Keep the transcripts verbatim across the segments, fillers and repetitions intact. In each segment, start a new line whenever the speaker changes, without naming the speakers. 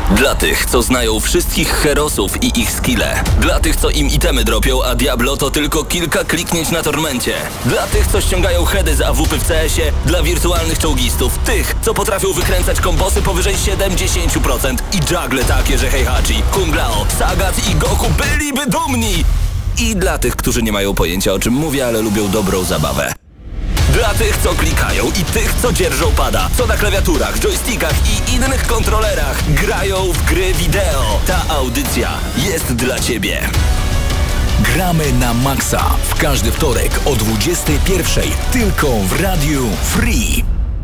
Dla tych, co znają wszystkich herosów i ich skille. Dla tych, co im itemy dropią, a Diablo to tylko kilka kliknięć na tormencie. Dla tych, co ściągają heady z A W P w C S-ie. Dla wirtualnych czołgistów. Tych, co potrafią wykręcać kombosy powyżej siedemdziesiąt procent. I juggle takie, że Heihachi, Kung Lao, Sagat i Goku byliby dumni. I dla tych, którzy nie mają pojęcia, o czym mówię, ale lubią dobrą zabawę. Dla tych, co klikają i tych, co dzierżą pada, co na klawiaturach, joystickach i innych kontrolerach grają w gry wideo. Ta audycja jest dla Ciebie.
Gramy na maksa w każdy wtorek o dwudziestej pierwszej tylko w Radiu Free.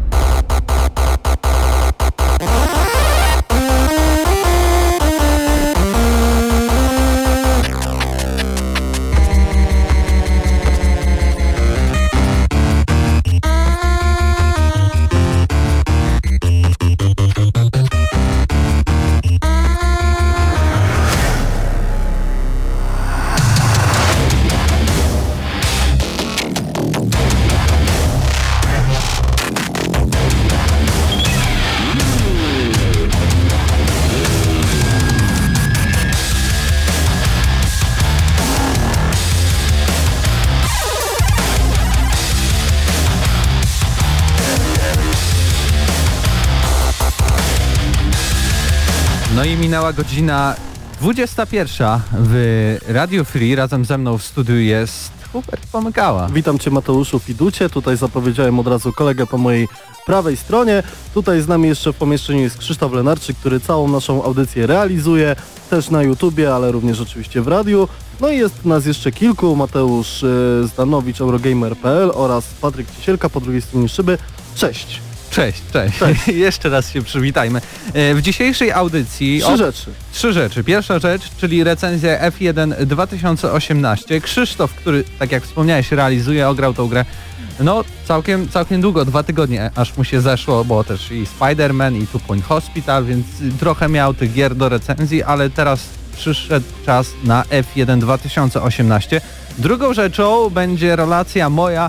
No i minęła godzina dwudziesta pierwsza w Radio Free. Razem ze mną w studiu jest Hubert Pomykała.
Witam Cię, Mateuszu Fiducie. Tutaj zapowiedziałem od razu kolegę po mojej prawej stronie. Tutaj z nami jeszcze w pomieszczeniu jest Krzysztof Lenarczyk, który całą naszą audycję realizuje. Też na YouTubie, ale również oczywiście w radiu. No i jest nas jeszcze kilku. Mateusz y, Zdanowicz, Eurogamer kropka p l oraz Patryk Cisielka po drugiej stronie szyby. Cześć!
Cześć, cześć. cześć. Jeszcze raz się przywitajmy. W dzisiejszej audycji...
Trzy o... rzeczy.
Trzy rzeczy. Pierwsza rzecz, czyli recenzja F jeden dwa tysiące osiemnaście. Krzysztof, który, tak jak wspomniałeś, realizuje, ograł tą grę no całkiem, całkiem długo, dwa tygodnie, aż mu się zeszło, bo też i Spider-Man, i Two Point Hospital, więc trochę miał tych gier do recenzji, ale teraz przyszedł czas na F jeden dwa tysiące osiemnaście. Drugą rzeczą będzie relacja moja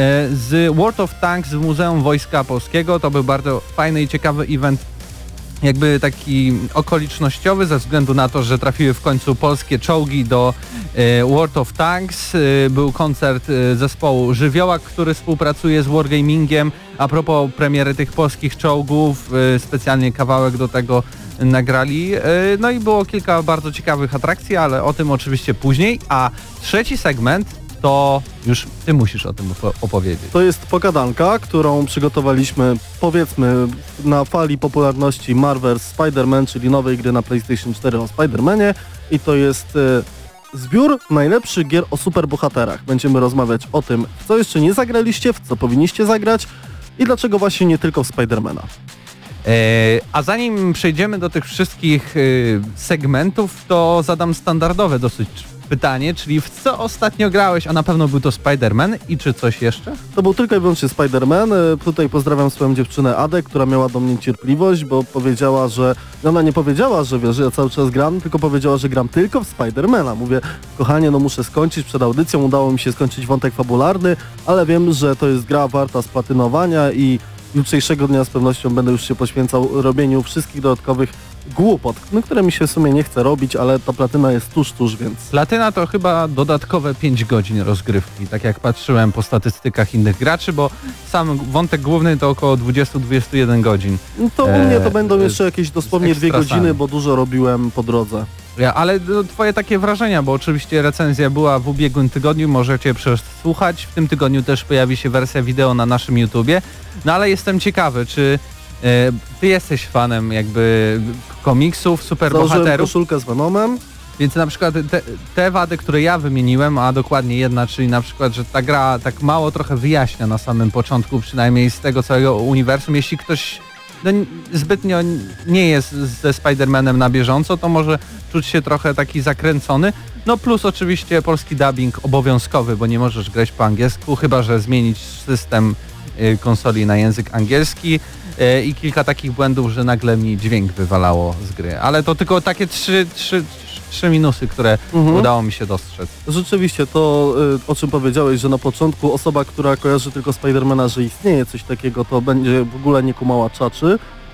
z World of Tanks w Muzeum Wojska Polskiego. To był bardzo fajny i ciekawy event, jakby taki okolicznościowy, ze względu na to, że trafiły w końcu polskie czołgi do World of Tanks. Był koncert zespołu Żywiołak, który współpracuje z Wargamingiem. A propos premiery tych polskich czołgów, specjalnie kawałek do tego nagrali. No i było kilka bardzo ciekawych atrakcji, ale o tym oczywiście później. A trzeci segment to już ty musisz o tym opowiedzieć.
To jest pogadanka, którą przygotowaliśmy, powiedzmy, na fali popularności Marvel's Spider-Man, czyli nowej gry na PlayStation cztery o Spider-Manie, i to jest e, zbiór najlepszych gier o superbohaterach. Będziemy rozmawiać o tym, w co jeszcze nie zagraliście, w co powinniście zagrać i dlaczego właśnie nie tylko w Spider-Mana.
E, a zanim przejdziemy do tych wszystkich e, segmentów, to zadam standardowe dosyć pytanie, czyli w co ostatnio grałeś, a na pewno był to Spider-Man i czy coś jeszcze?
To był tylko i wyłącznie Spider-Man. Tutaj pozdrawiam swoją dziewczynę Adę, która miała do mnie cierpliwość, bo powiedziała, że... Ona nie powiedziała, że wiesz, że ja cały czas gram, tylko powiedziała, że gram tylko w Spider-Mana. Mówię, kochanie, no muszę skończyć przed audycją, udało mi się skończyć wątek fabularny, ale wiem, że to jest gra warta splatynowania i jutrzejszego dnia z pewnością będę już się poświęcał robieniu wszystkich dodatkowych głupot, no, które mi się w sumie nie chce robić, ale ta platyna jest tuż, tuż, więc...
Platyna to chyba dodatkowe pięć godzin rozgrywki, tak jak patrzyłem po statystykach innych graczy, bo sam wątek główny to około dwadzieścia do dwudziestu jeden godzin.
No to u mnie to będą jeszcze jakieś dosłownie dwie godziny, bo dużo robiłem po drodze.
Ja, ale no, twoje takie wrażenia, bo oczywiście recenzja była w ubiegłym tygodniu, możecie przesłuchać. W tym tygodniu też pojawi się wersja wideo na naszym YouTubie. No ale jestem ciekawy, czy e, ty jesteś fanem jakby komiksów, superbohaterów?
Założyłem koszulkę z Venomem.
Więc na przykład te, te wady, które ja wymieniłem, a dokładnie jedna, czyli na przykład, że ta gra tak mało trochę wyjaśnia na samym początku, przynajmniej z tego całego uniwersum. Jeśli ktoś no, zbytnio nie jest ze Spider-Manem na bieżąco, to może czuć się trochę taki zakręcony. No plus oczywiście polski dubbing obowiązkowy, bo nie możesz grać po angielsku, chyba że zmienić system y, konsoli na język angielski y, i kilka takich błędów, że nagle mi dźwięk wywalało z gry. Ale to tylko takie trzy, trzy, trzy minusy, które mhm. udało mi się dostrzec.
Rzeczywiście to, y, o czym powiedziałeś, że na początku osoba, która kojarzy tylko Spidermana, że istnieje coś takiego, to będzie w ogóle nie kumała czaczy.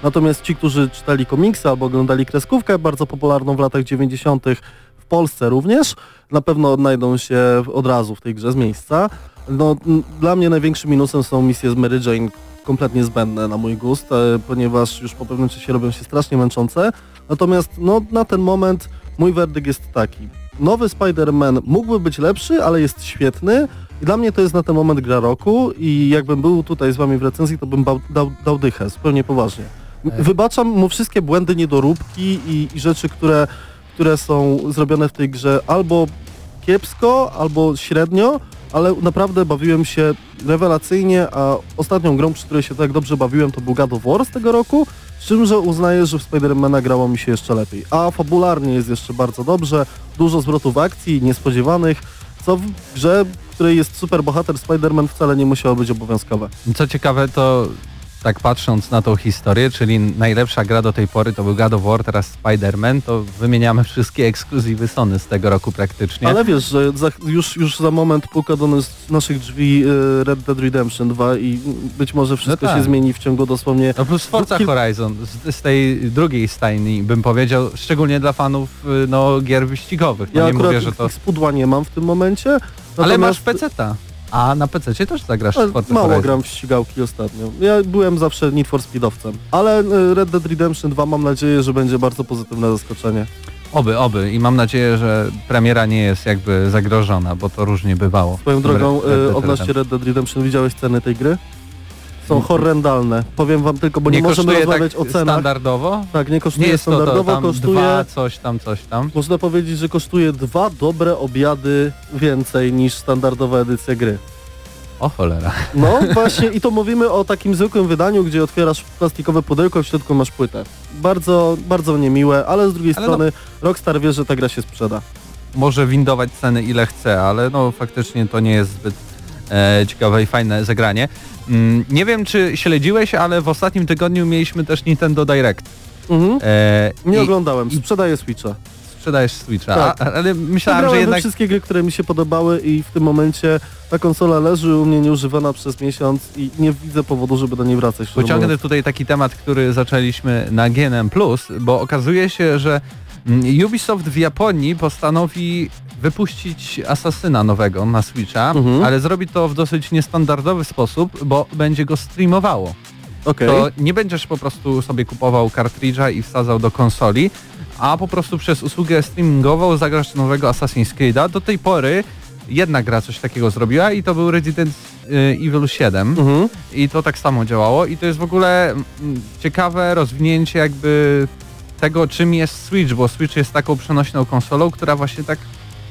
Natomiast ci, którzy czytali komiksy albo oglądali kreskówkę, bardzo popularną w latach dziewięćdziesiątych w Polsce również, na pewno odnajdą się od razu w tej grze z miejsca. No, m, dla mnie największym minusem są misje z Mary Jane, kompletnie zbędne na mój gust, e, ponieważ już po pewnym czasie robią się strasznie męczące. Natomiast no, na ten moment mój werdykt jest taki. Nowy Spider-Man mógłby być lepszy, ale jest świetny i dla mnie to jest na ten moment gra roku i jakbym był tutaj z wami w recenzji, to bym bał, dał, dał dychę, zupełnie poważnie. Wybaczam mu wszystkie błędy, niedoróbki i, i rzeczy, które, które są zrobione w tej grze albo kiepsko, albo średnio, ale naprawdę bawiłem się rewelacyjnie, a ostatnią grą, przy której się tak dobrze bawiłem, to był God of War z tego roku, z czym, że uznaję, że w Spider-Mana grało mi się jeszcze lepiej. A fabularnie jest jeszcze bardzo dobrze, dużo zwrotów akcji niespodziewanych, co w grze, w której jest super bohater Spider-Man, wcale nie musiało być obowiązkowe.
Co ciekawe, to tak patrząc na tą historię, czyli najlepsza gra do tej pory to był God of War, teraz Spider-Man, to wymieniamy wszystkie ekskluzywy Sony z tego roku praktycznie.
Ale wiesz, że za, już, już za moment puka do nas, naszych drzwi y, Red Dead Redemption dwa i być może wszystko
No tak.
się zmieni w ciągu dosłownie...
No plus Forza
Kil-
Horizon, z, z tej drugiej stajni bym powiedział, szczególnie dla fanów y, no, gier wyścigowych. No
Ja
nie
akurat
mówię, że to...
ich spudła nie mam w tym momencie.
Ale
natomiast-
masz peceta. A na pececie też zagrasz
Ale
w Forza
mało
Horizon.
gram w ścigałki ostatnio. Ja byłem zawsze Need for Speedowcem. Ale y, Red Dead Redemption dwa mam nadzieję, że będzie bardzo pozytywne zaskoczenie.
Oby, oby. I mam nadzieję, że premiera nie jest jakby zagrożona, bo to różnie bywało.
Swoją drogą,
Red Dead
y, odnośnie
Redemption.
Red Dead Redemption, widziałeś ceny tej gry? Są horrendalne. Powiem wam tylko, bo nie,
nie
możemy
kosztuje
rozmawiać
tak
o cenach.
standardowo?
Tak, nie kosztuje
Nie jest to, to
standardowo,
tam
kosztuje...
dwa, coś tam, coś tam.
Można powiedzieć, że kosztuje dwa dobre obiady więcej niż standardowa edycja gry.
O cholera.
No właśnie i to mówimy o takim zwykłym wydaniu, gdzie otwierasz plastikowe pudełko i w środku masz płytę. Bardzo, bardzo niemiłe, ale z drugiej
Ale
strony Rockstar wie, że ta gra się sprzeda.
Może windować ceny ile chce, ale no faktycznie to nie jest zbyt e, ciekawe i fajne zagranie. Mm, nie wiem, czy śledziłeś, ale w ostatnim tygodniu mieliśmy też Nintendo Direct.
Mhm.
E,
Nie
i
oglądałem, sprzedaję Switcha.
sprzedajesz Switcha,
Tak.
a, ale myślałem,
Zagrałem
że
we
jednak...
wszystkie gry, które mi się podobały i w tym momencie ta konsola leży u mnie nieużywana przez miesiąc i nie widzę powodu, żeby do niej wracać. szczerze
Pociągnę
mówiąc.
tutaj taki temat, który zaczęliśmy na G N M plus, bo okazuje się, że mm, Ubisoft w Japonii postanowi wypuścić Asasyna nowego na Switcha,
Mhm.
ale zrobi to w dosyć niestandardowy sposób, bo będzie go streamowało.
Okej.
To nie będziesz po prostu sobie kupował kartridża i wsadzał do konsoli, a po prostu przez usługę streamingową zagrasz nowego Assassin's Creed'a. Do tej pory jedna gra coś takiego zrobiła i to był Resident Evil siedem.
Mhm.
I to tak samo działało i to jest w ogóle mm, ciekawe rozwinięcie jakby tego, czym jest Switch, bo Switch jest taką przenośną konsolą, która właśnie tak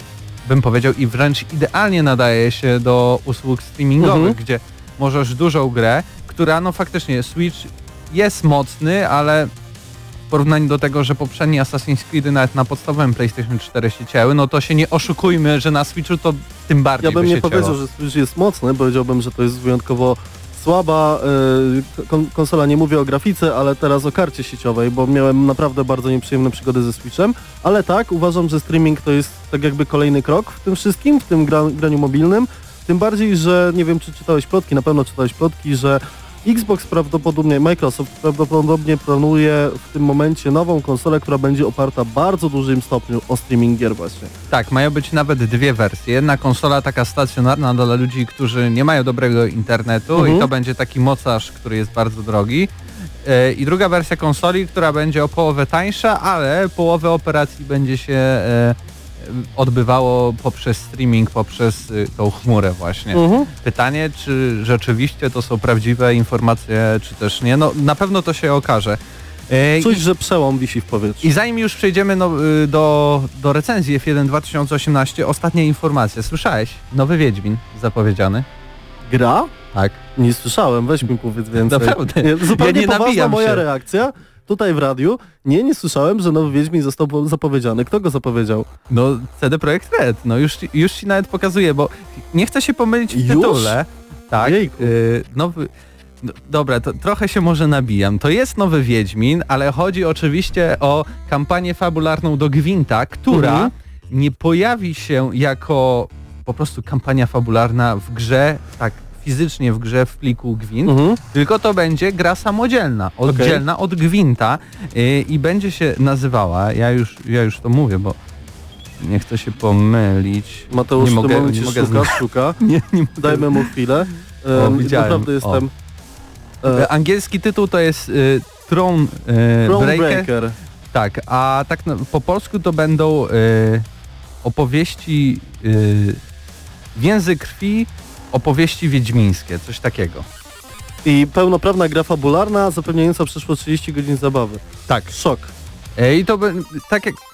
bym powiedział i wręcz idealnie nadaje się do usług streamingowych,
Mhm.
gdzie możesz dużą grę, która no faktycznie Switch jest mocny, ale w porównaniu do tego, że poprzednie Assassin's Creed nawet na podstawowym PlayStation cztery się cięły, no to się nie oszukujmy, że na Switchu to tym bardziej
Ja bym
by
nie
się
powiedział,
cięło.
że Switch jest mocny, powiedziałbym, że to jest wyjątkowo słaba y, kon- konsola, nie mówię o grafice, ale teraz o karcie sieciowej, bo miałem naprawdę bardzo nieprzyjemne przygody ze Switchem, ale tak, uważam, że streaming to jest tak jakby kolejny krok w tym wszystkim, w tym gra- graniu mobilnym, tym bardziej, że nie wiem, czy czytałeś plotki, na pewno czytałeś plotki, że Xbox prawdopodobnie, Microsoft prawdopodobnie planuje w tym momencie nową konsolę, która będzie oparta w bardzo dużym stopniu o streaming gier właśnie.
Tak, mają być nawet dwie wersje. Jedna konsola taka stacjonarna dla ludzi, którzy nie mają dobrego internetu
Mhm.
i to będzie taki mocarz, który jest bardzo drogi. E, I druga wersja konsoli, która będzie o połowę tańsza, ale połowę operacji będzie się e, odbywało poprzez streaming, poprzez y, tą chmurę właśnie.
Mhm.
Pytanie, czy rzeczywiście to są prawdziwe informacje, czy też nie. No na pewno to się okaże. E,
Czuć, że przełom wisi w powietrzu.
I zanim już przejdziemy no, y, do, do recenzji F jeden dwa tysiące osiemnaście, ostatnia informacja. Słyszałeś? Nowy Wiedźmin zapowiedziany?
Gra?
Tak.
Nie słyszałem, weź mi powiedz więcej.
Naprawdę?
Nie, zupełnie
Ja nie
poważna
nabijam
moja
się.
reakcja tutaj w radiu. Nie, nie słyszałem, że nowy Wiedźmin został po- zapowiedziany. Kto go zapowiedział?
No C D Projekt Red, no już, ci- już ci nawet pokazuję, bo nie chcę się pomylić w
Już?
tytule. Tak.
Jejku.
Y, nowy... No, dobra, to trochę się może nabijam. To jest nowy Wiedźmin, ale chodzi oczywiście o kampanię fabularną do Gwinta, która
Mhm.
nie pojawi się jako po prostu kampania fabularna w grze tak fizycznie w grze w pliku Gwint,
Mhm.
tylko to będzie gra samodzielna, oddzielna od Gwinta yy, i będzie się nazywała, ja już, ja już to mówię, bo nie chcę się pomylić.
Mateusz
nie
w
mogę,
tym momencie
nie mogę
szuka,
znaleźć.
szuka.
Nie, nie mogę.
Dajmy mu chwilę.
O,
Em,
widziałem.
Naprawdę jestem...
E,
E,
Angielski tytuł to jest y, Throne, y,
Throne
Breaker.
Breaker.
Tak, a tak no, po polsku to będą y, opowieści y, Więzy krwi, opowieści wiedźmińskie, coś takiego.
I pełnoprawna gra fabularna, zapewniająca przyszło trzydzieści godzin zabawy.
Tak.
Szok.
E, I to be, tak jak...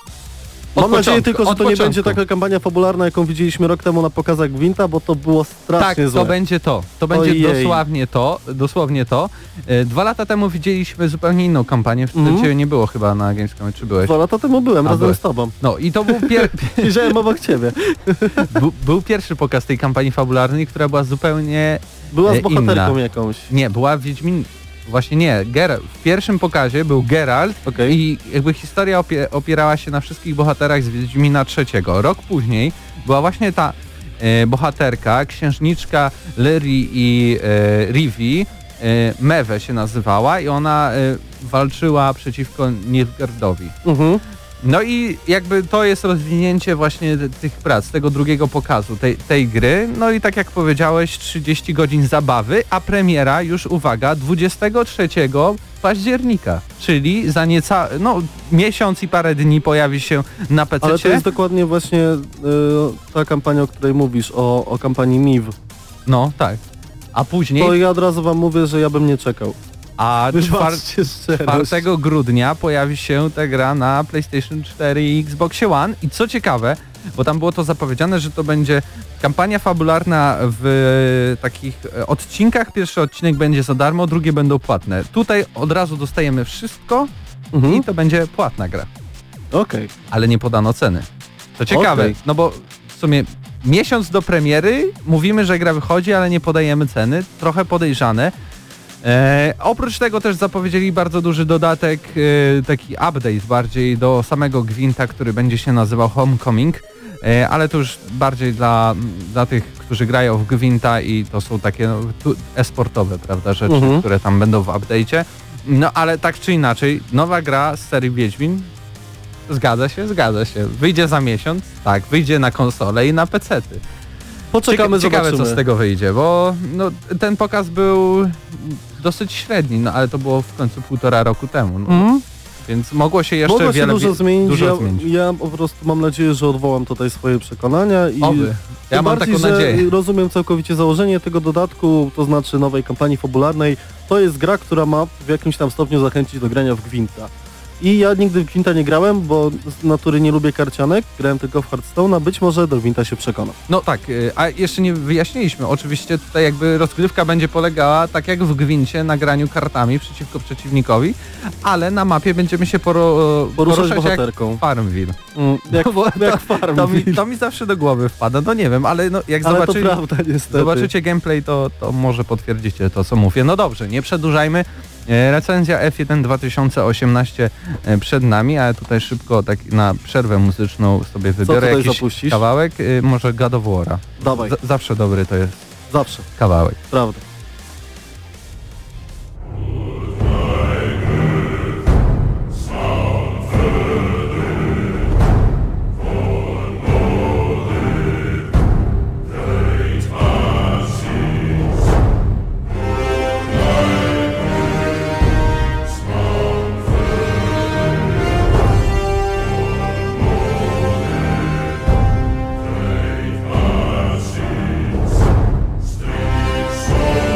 od
Mam nadzieję
początku,
tylko, że
od
to nie
początku.
będzie taka kampania fabularna, jaką widzieliśmy rok temu na pokazach Gwinta, bo to było strasznie
Tak,
złe.
to będzie to. To będzie
Ojej.
dosłownie to, dosłownie to. E, Dwa lata temu widzieliśmy zupełnie inną kampanię, wtedy
Mhm.
ciebie nie było chyba na Gamescomie, czy byłeś?
Dwa lata temu byłem
A,
razem
byłeś.
z tobą.
No i to był, pier...
Siedziałem obok ciebie.
był, był pierwszy pokaz tej kampanii fabularnej, która była zupełnie...
Była
E,
z bohaterką
inna.
jakąś.
Nie, była Wiedźmin... Właśnie nie, Geralt. W pierwszym pokazie był Geralt
Okej.
i jakby historia opie opierała się na wszystkich bohaterach z Wiedźmina trzeciego. Rok później była właśnie ta e, bohaterka, księżniczka Lyri i e, Rivi, e, Mewe się nazywała i ona e, walczyła przeciwko Nilfgaardowi.
Mhm.
No i jakby to jest rozwinięcie właśnie t- tych prac, tego drugiego pokazu, tej, tej gry. No i tak jak powiedziałeś, trzydzieści godzin zabawy, a premiera już, uwaga, dwudziestego trzeciego października, czyli za nieca, no miesiąc i parę dni pojawi się na P C.
Ale to jest dokładnie właśnie y, ta kampania, o której mówisz, o, o kampanii M I W.
No tak. A później,
To ja od razu wam mówię, że ja bym nie czekał.
a czwar-
Wybaczcie szczerość.
czwartego grudnia pojawi się ta gra na PlayStation cztery i Xbox One i co ciekawe, bo tam było to zapowiedziane, że to będzie kampania fabularna w takich e, odcinkach. Pierwszy odcinek będzie za darmo, drugie będą płatne. Tutaj od razu dostajemy wszystko
Mhm.
i to będzie płatna gra,
Okej.
ale nie podano ceny. To ciekawe,
Okej.
no bo w sumie miesiąc do premiery mówimy, że gra wychodzi, ale nie podajemy ceny, trochę podejrzane. E, oprócz tego też zapowiedzieli bardzo duży dodatek, e, taki update bardziej do samego Gwinta, który będzie się nazywał Homecoming, e, ale to już bardziej dla, dla tych, którzy grają w Gwinta i to są takie no, tu, e-sportowe, prawda, rzeczy,
Mhm.
które tam będą w update'cie. No ale tak czy inaczej, nowa gra z serii Wiedźmin, zgadza się, zgadza się. Wyjdzie za miesiąc, tak, wyjdzie na konsolę i na pecety.
Poczekamy,
Cieka- Ciekawe
zobaczymy.
co z tego wyjdzie, bo no, ten pokaz był dosyć średni, no ale to było w końcu półtora roku temu, no,
Mhm.
więc mogło się jeszcze
Mogło się
wiele
dużo
wie-
zmienić.
dużo
ja,
zmienić.
ja po prostu mam nadzieję, że odwołam tutaj swoje przekonania i
Oby. Ja
tym
mam
bardziej,
taką
że
nadzieję.
rozumiem całkowicie założenie tego dodatku, to znaczy nowej kampanii fabularnej. To jest gra, która ma w jakimś tam stopniu zachęcić do grania w Gwinta. I ja nigdy w Gwinta nie grałem, bo z natury nie lubię karcianek, grałem tylko w Hearthstone'a, być może do Gwinta się przekonam.
No tak, y, a jeszcze nie wyjaśniliśmy, oczywiście tutaj jakby rozgrywka będzie polegała tak jak w Gwincie na graniu kartami przeciwko przeciwnikowi, ale na mapie będziemy się poro,
Poruszać
poruszać jak
bohaterką.
w Farmville.
Mm, jak,
No bo
jak
to, to,
Farmville.
mi, to mi zawsze do głowy wpada, no nie wiem, ale no jak
Ale to
zobaczyli,
prawda niestety.
zobaczycie gameplay, to, to może potwierdzicie to, co mówię. No dobrze, nie przedłużajmy. E, Recenzja F jeden dwa tysiące osiemnaście e, przed nami, ale tutaj szybko tak na przerwę muzyczną sobie wybiorę
tutaj
jakiś
zapuścisz?
kawałek. E, Może God of War'a.
Dawaj,
Z- zawsze dobry to jest
zawsze,
kawałek.
prawda.
Streets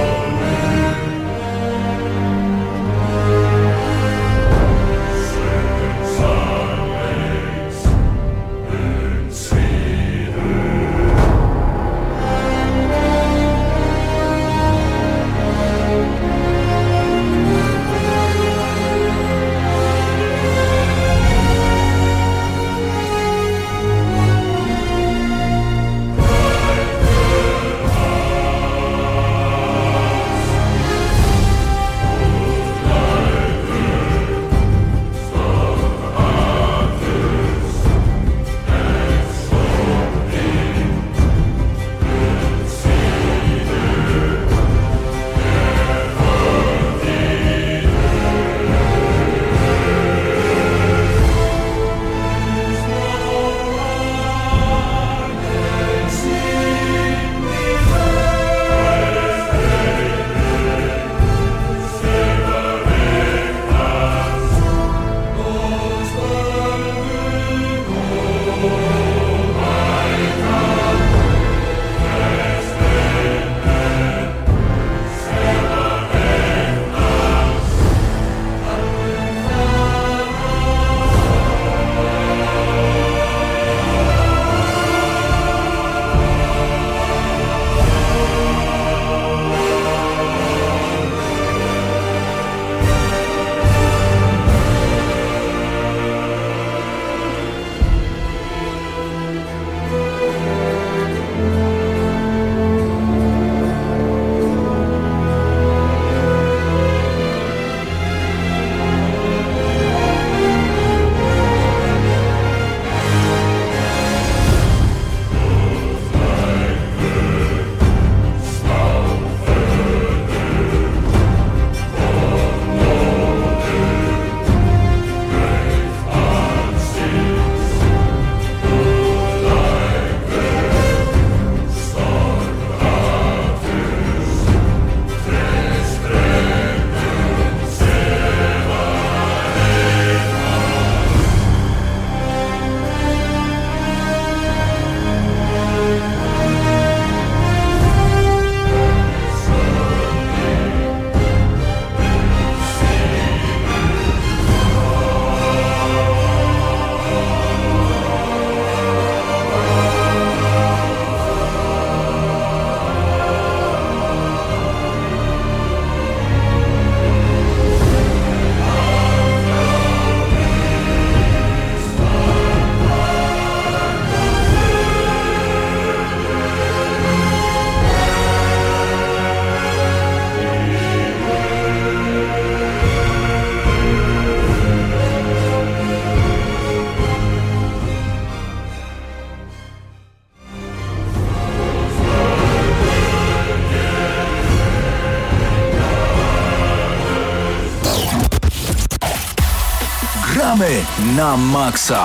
Gramy na maksa.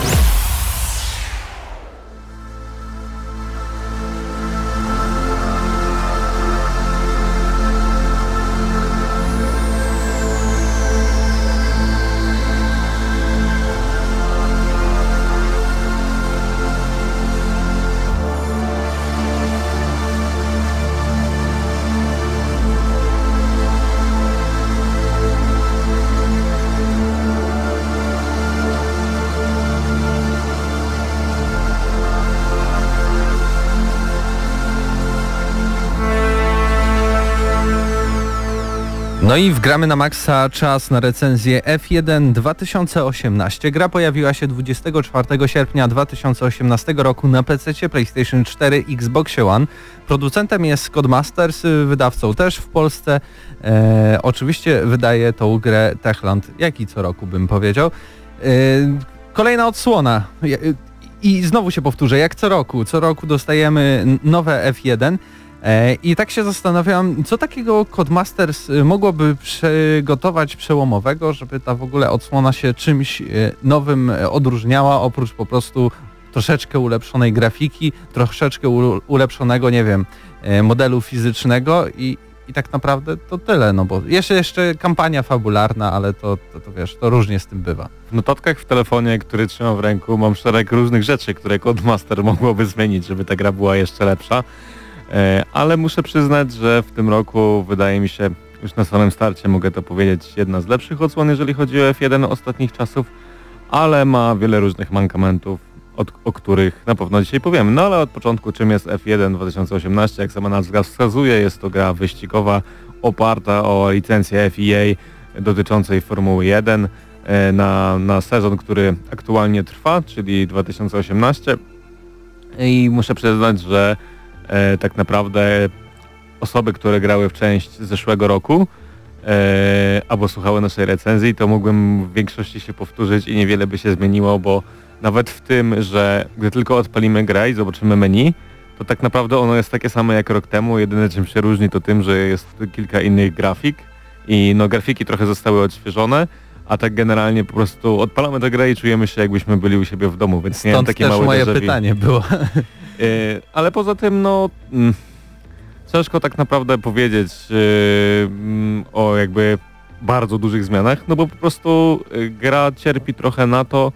No i wgramy na maksa czas na recenzję F jeden dwa tysiące osiemnaście. Gra pojawiła się dwudziestego czwartego sierpnia dwa tysiące osiemnastego roku na pececie, PlayStation cztery, Xboxie One. Producentem jest Codemasters, wydawcą też w Polsce. E, oczywiście wydaje tą grę Techland, jak i co roku bym powiedział. E, kolejna odsłona. I znowu się powtórzę, jak co roku. Co roku dostajemy nowe F jeden. I tak się zastanawiam, co takiego Codemasters mogłoby przygotować przełomowego, żeby ta w ogóle odsłona się czymś nowym odróżniała, oprócz po prostu troszeczkę ulepszonej grafiki, troszeczkę ulepszonego, nie wiem, modelu fizycznego i, i tak naprawdę to tyle, no bo jeszcze jeszcze kampania fabularna, ale to, to, to wiesz, to różnie z tym bywa.
W notatkach w telefonie, który trzymam w ręku, mam szereg różnych rzeczy, które Codemaster mogłoby zmienić, żeby ta gra była jeszcze lepsza. Ale muszę przyznać, że w tym roku wydaje mi się, już na samym starcie mogę to powiedzieć, jedna z lepszych odsłon, jeżeli chodzi o F jeden ostatnich czasów, ale ma wiele różnych mankamentów, od, o których na pewno dzisiaj powiemy. No ale od początku, czym jest F jeden dwa tysiące osiemnaście, jak sama nazwa wskazuje, jest to gra wyścigowa oparta o licencję F I A dotyczącej Formuły jeden na, na sezon, który aktualnie trwa, czyli dwa tysiące osiemnaście i muszę przyznać, że E, tak naprawdę osoby, które grały w część z zeszłego roku e, albo słuchały naszej recenzji, to mógłbym w większości się powtórzyć i niewiele by się zmieniło, bo nawet w tym, że gdy tylko odpalimy grę i zobaczymy menu, to tak naprawdę ono jest takie same jak rok temu, jedyne czym się różni to tym, że jest kilka innych grafik i no grafiki trochę zostały odświeżone, a tak generalnie po prostu odpalamy tę grę i czujemy się jakbyśmy byli u siebie w domu, więc
Stąd
nie wiem, takie
też
małe
moje
déjà vu.
pytanie było.
Yy, ale poza tym, no mm, ciężko tak naprawdę powiedzieć yy, mm, o jakby bardzo dużych zmianach, no bo po prostu yy, gra cierpi trochę na to,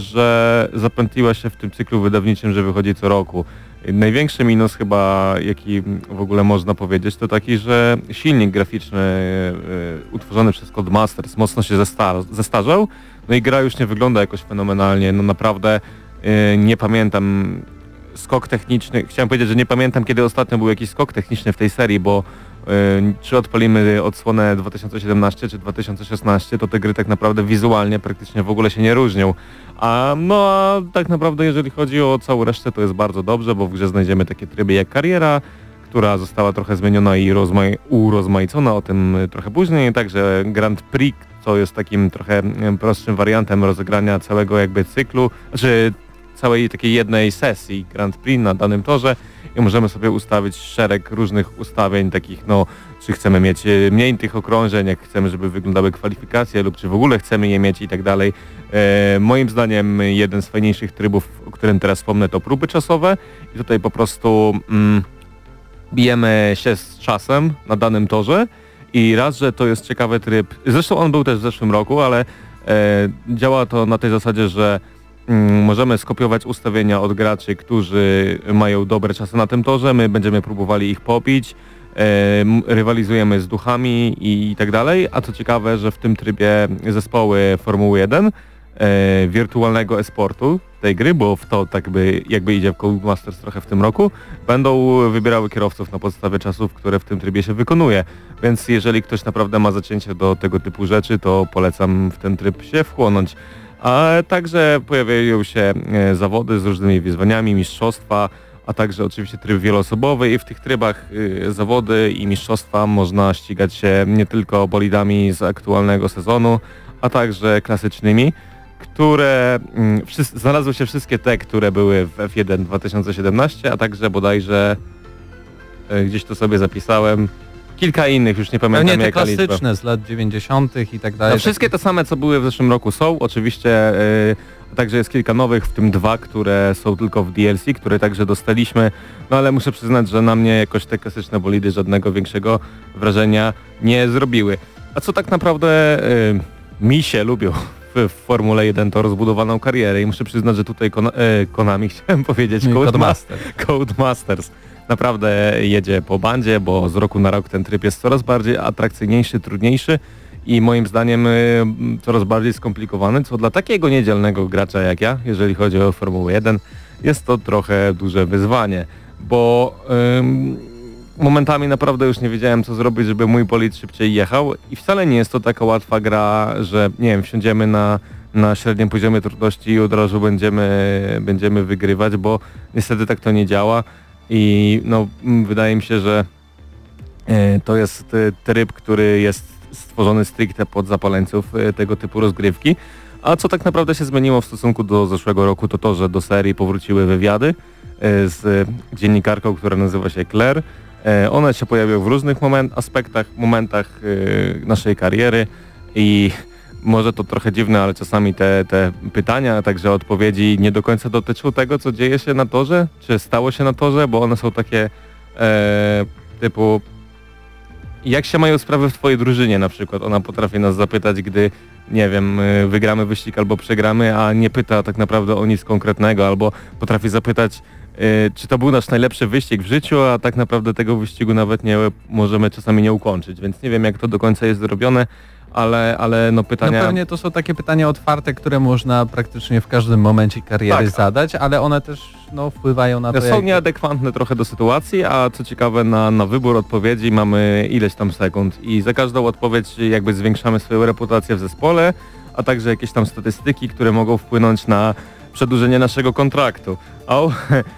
że zapętliła się w tym cyklu wydawniczym, że wychodzi co roku. Yy, największy minus chyba, jaki w ogóle można powiedzieć, to taki, że silnik graficzny yy, utworzony przez Codemasters mocno się zestar- zestarzał, no i gra już nie wygląda jakoś fenomenalnie, no naprawdę yy, nie pamiętam skok techniczny, chciałem powiedzieć, że nie pamiętam, kiedy ostatnio był jakiś skok techniczny w tej serii, bo yy, czy odpalimy odsłonę dwa tysiące siedemnaście czy dwa tysiące szesnaście, to te gry tak naprawdę wizualnie praktycznie w ogóle się nie różnią. A no a tak naprawdę jeżeli chodzi o całą resztę, to jest bardzo dobrze, bo w grze znajdziemy takie tryby jak kariera, która została trochę zmieniona i rozma- urozmaicona, o tym trochę później, także Grand Prix, co jest takim trochę prostszym wariantem rozegrania całego jakby cyklu, znaczy całej takiej jednej sesji Grand Prix na danym torze i możemy sobie ustawić szereg różnych ustawień takich, no, czy chcemy mieć mniej tych okrążeń, jak chcemy, żeby wyglądały kwalifikacje lub czy w ogóle chcemy je mieć i tak dalej. E, moim zdaniem jeden z fajniejszych trybów, o którym teraz wspomnę, to próby czasowe i tutaj po prostu mm, bijemy się z czasem na danym torze i raz, że to jest ciekawy tryb, zresztą on był też w zeszłym roku, ale e, działa to na tej zasadzie, że możemy skopiować ustawienia od graczy, którzy mają dobre czasy na tym torze, my będziemy próbowali ich pobić, e, rywalizujemy z duchami i, i tak dalej, a co ciekawe, że w tym trybie zespoły Formuły jeden, e, wirtualnego e-sportu tej gry, bo w to tak by, jakby idzie w Codemasters trochę w tym roku, będą wybierały kierowców na podstawie czasów, które w tym trybie się wykonuje, więc jeżeli ktoś naprawdę ma zacięcie do tego typu rzeczy, to polecam w ten tryb się wchłonąć. A także pojawiają się zawody z różnymi wyzwaniami, mistrzostwa, a także oczywiście tryb wieloosobowy i w tych trybach y, zawody i mistrzostwa można ścigać się nie tylko bolidami z aktualnego sezonu, a także klasycznymi, które y, wszyscy, znalazły się wszystkie te, które były w F jeden dwa tysiące siedemnaście, a także bodajże y, gdzieś to sobie zapisałem, kilka innych, już nie pamiętam
Pewnie te
jaka liczba.
klasyczne z lat dziewięćdziesiątych i tak dalej.
No, wszystkie te same, co były w zeszłym roku są, oczywiście, yy, także jest kilka nowych, w tym dwa, które są tylko w D L C, które także dostaliśmy, no ale muszę przyznać, że na mnie jakoś te klasyczne bolidy żadnego większego wrażenia nie zrobiły. A co tak naprawdę yy, mi się lubią w, w Formule jeden, to rozbudowaną karierę i muszę przyznać, że tutaj Kon- yy, Konami, chciałem powiedzieć,
No i
Codemaster. Codemasters naprawdę jedzie po bandzie, bo z roku na rok ten tryb jest coraz bardziej atrakcyjniejszy, trudniejszy i moim zdaniem y, coraz bardziej skomplikowany, co dla takiego niedzielnego gracza jak ja, jeżeli chodzi o Formułę jeden, jest to trochę duże wyzwanie, bo y, momentami naprawdę już nie wiedziałem, co zrobić, żeby mój bolid szybciej jechał i wcale nie jest to taka łatwa gra, że nie wiem, wsiądziemy na na średnim poziomie trudności i od razu będziemy, będziemy wygrywać, bo niestety tak to nie działa. I no, wydaje mi się, że e, to jest e, tryb, który jest stworzony stricte pod zapaleńców e, tego typu rozgrywki. A co tak naprawdę się zmieniło w stosunku do zeszłego roku, to to, że do serii powróciły wywiady e, z e, dziennikarką, która nazywa się Claire. E, one się pojawią w różnych moment, aspektach, momentach e, naszej kariery i może to trochę dziwne, ale czasami te, te pytania, a także odpowiedzi nie do końca dotyczą tego, co dzieje się na torze, czy stało się na torze, bo one są takie e, typu jak się mają sprawy w twojej drużynie na przykład. Ona potrafi nas zapytać, gdy nie wiem, wygramy wyścig albo przegramy, a nie pyta tak naprawdę o nic konkretnego, albo potrafi zapytać, e, czy to był nasz najlepszy wyścig w życiu, a tak naprawdę tego wyścigu nawet nie możemy czasami nie ukończyć, więc nie wiem, jak to do końca jest zrobione. Ale, ale no pytania...
No pewnie to są takie pytania otwarte, które można praktycznie w każdym momencie kariery
tak.
zadać, ale one też no, wpływają na to,
Są
jak...
nieadekwatne trochę do sytuacji, a co ciekawe na, na wybór odpowiedzi mamy ileś tam sekund i za każdą odpowiedź jakby zwiększamy swoją reputację w zespole, a także jakieś tam statystyki, które mogą wpłynąć na przedłużenie naszego kontraktu. O,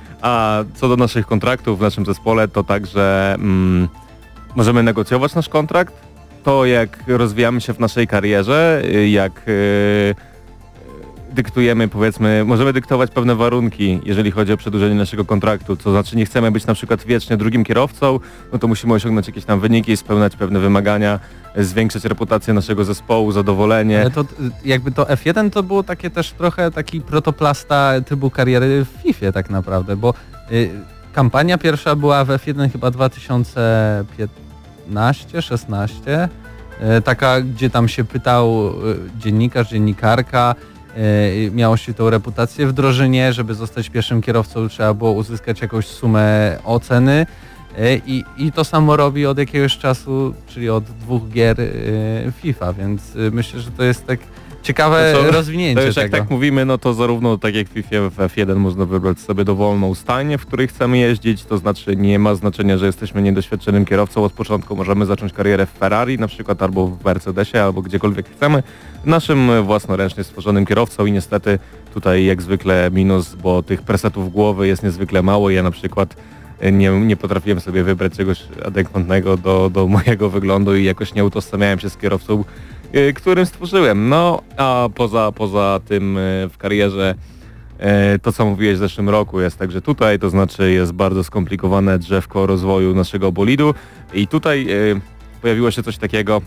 a co do naszych kontraktów w naszym zespole, to także mm, możemy negocjować nasz kontrakt. To jak rozwijamy się w naszej karierze, jak yy, dyktujemy, powiedzmy, możemy dyktować pewne warunki, jeżeli chodzi o przedłużenie naszego kontraktu, to znaczy nie chcemy być na przykład wiecznie drugim kierowcą, no to musimy osiągnąć jakieś tam wyniki, spełniać pewne wymagania, zwiększać reputację naszego zespołu, zadowolenie.
Ale to jakby to F jeden to było takie też trochę taki protoplasta typu kariery w FIFA tak naprawdę, bo y, kampania pierwsza była w F jeden chyba dwa tysiące piętnaście szesnaście, y, taka gdzie tam się pytał y, dziennikarz, dziennikarka, y, miało się tą reputację w drużynie, żeby zostać pierwszym kierowcą trzeba było uzyskać jakąś sumę oceny. I, I to samo robi od jakiegoś czasu, czyli od dwóch gier y, FIFA, więc y, myślę, że to jest tak ciekawe
To co,
rozwinięcie
to już
tego.
Jak tak mówimy, no to zarówno tak jak w FIFA w F jeden można wybrać sobie dowolną stajnię, w której chcemy jeździć, to znaczy nie ma znaczenia, że jesteśmy niedoświadczonym kierowcą, od początku możemy zacząć karierę w Ferrari na przykład, albo w Mercedesie, albo gdziekolwiek chcemy, naszym własnoręcznie stworzonym kierowcą i niestety tutaj jak zwykle minus, bo tych presetów głowy jest niezwykle mało. Ja na przykład Nie, nie potrafiłem sobie wybrać czegoś adekwatnego do, do mojego wyglądu i jakoś nie utożsamiałem się z kierowcą, y, którym stworzyłem. No, a poza, poza tym y, w karierze y, to, co mówiłeś w zeszłym roku jest także tutaj, to znaczy jest bardzo skomplikowane drzewko rozwoju naszego bolidu i tutaj y, pojawiło się coś takiego,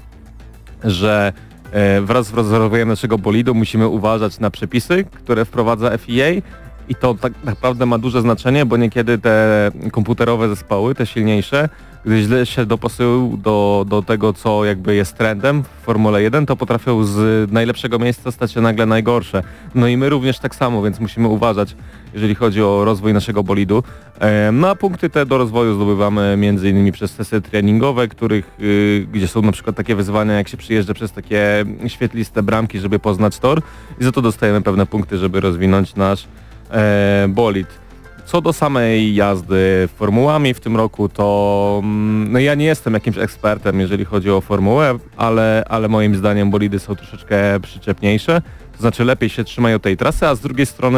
że y, wraz z rozwojem naszego bolidu musimy uważać na przepisy, które wprowadza F I A. I to tak naprawdę ma duże znaczenie, bo niekiedy te komputerowe zespoły, te silniejsze, gdy źle się dopasują do, do tego, co jakby jest trendem w Formule jeden, to potrafią z najlepszego miejsca stać się nagle najgorsze. No i my również tak samo, więc musimy uważać, jeżeli chodzi o rozwój naszego bolidu. No a punkty te do rozwoju zdobywamy między innymi przez sesje treningowe, których, yy, gdzie są na przykład takie wyzwania, jak się przyjeżdża przez takie świetliste bramki, żeby poznać tor i za to dostajemy pewne punkty, żeby rozwinąć nasz E, bolid. Co do samej jazdy formułami w tym roku, to no ja nie jestem jakimś ekspertem, jeżeli chodzi o formułę, ale, ale moim zdaniem bolidy są troszeczkę przyczepniejsze, to znaczy lepiej się trzymają tej trasy, a z drugiej strony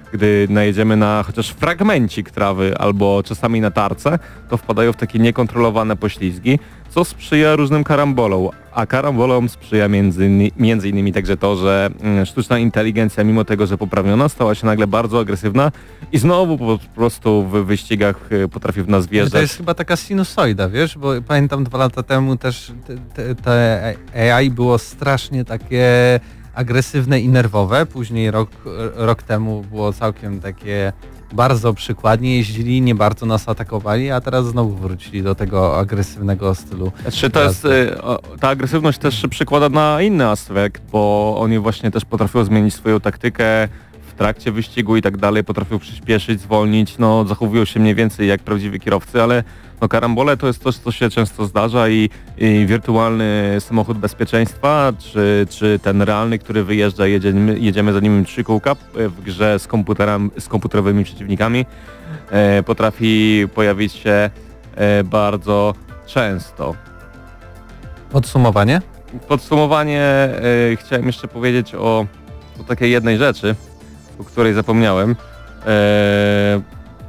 gdy najedziemy na chociaż fragmencik trawy albo czasami na tarce, to wpadają w takie niekontrolowane poślizgi, co sprzyja różnym karambolom, a karambolom sprzyja między, między innymi także to, że mm, sztuczna inteligencja, mimo tego, że poprawiona, stała się nagle bardzo agresywna i znowu po prostu w wyścigach y, potrafi w nas wjeżdżać.
To jest chyba taka sinusoida, wiesz, bo pamiętam dwa lata temu też te, te, te A I było strasznie takie agresywne i nerwowe, później rok, rok temu było całkiem takie bardzo przykładnie jeździli, nie bardzo nas atakowali, a teraz znowu wrócili do tego agresywnego stylu.
Znaczy to jest, y, o, ta agresywność też się przekłada na inny aspekt, bo oni właśnie też potrafią zmienić swoją taktykę w trakcie wyścigu i tak dalej, potrafią przyspieszyć, zwolnić, no zachowują się mniej więcej jak prawdziwi kierowcy, ale no karambole to jest coś, co się często zdarza i, i wirtualny samochód bezpieczeństwa, czy, czy ten realny, który wyjeżdża, jedziemy, jedziemy za nim trzy kółka w grze z, komputerem, z komputerowymi przeciwnikami, e, potrafi pojawić się e, bardzo często.
Podsumowanie?
Podsumowanie e, chciałem jeszcze powiedzieć o, o takiej jednej rzeczy, o której zapomniałem. E,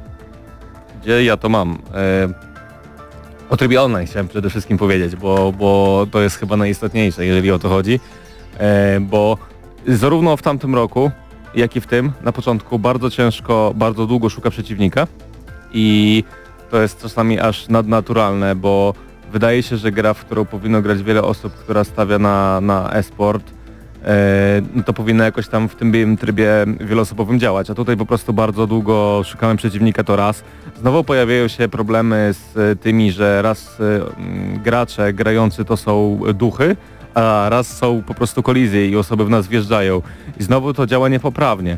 gdzie ja to mam? E, o trybie online chciałem przede wszystkim powiedzieć, bo, bo to jest chyba najistotniejsze, jeżeli o to chodzi. E, bo zarówno w tamtym roku, jak i w tym, na początku bardzo ciężko, bardzo długo szuka przeciwnika i to jest czasami aż nadnaturalne, bo wydaje się, że gra, w którą powinno grać wiele osób, która stawia na, na e-sport, e, no to powinna jakoś tam w tym trybie wieloosobowym działać, a tutaj po prostu bardzo długo szukałem przeciwnika, to raz. Znowu pojawiają się problemy z tymi, że raz e, gracze grający to są duchy, a raz są po prostu kolizje i osoby w nas wjeżdżają i znowu to działa niepoprawnie.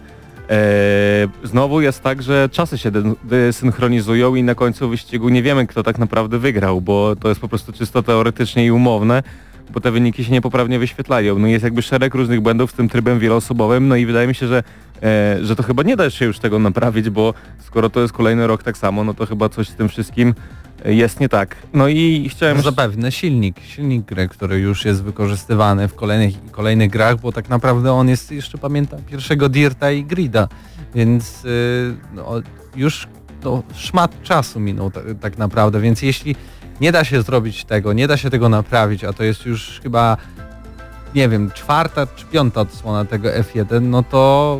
Eee, znowu jest tak, że czasy się desynchronizują i na końcu wyścigu nie wiemy, kto tak naprawdę wygrał, bo to jest po prostu czysto teoretycznie i umowne, bo te wyniki się niepoprawnie wyświetlają. No jest jakby szereg różnych błędów z tym trybem wieloosobowym, no i wydaje mi się, że, e, że to chyba nie da się już tego naprawić, bo skoro to jest kolejny rok tak samo, no to chyba coś z tym wszystkim jest nie tak. No i chciałem...
No zapewne silnik, silnik gry, który już jest wykorzystywany w kolejnych kolejnych grach, bo tak naprawdę on jest, jeszcze pamiętam, pierwszego Dirta i Grida, więc yy, no, już no, szmat czasu minął t- tak naprawdę, więc jeśli nie da się zrobić tego, nie da się tego naprawić, a to jest już chyba, nie wiem, czwarta czy piąta odsłona tego F jeden, no to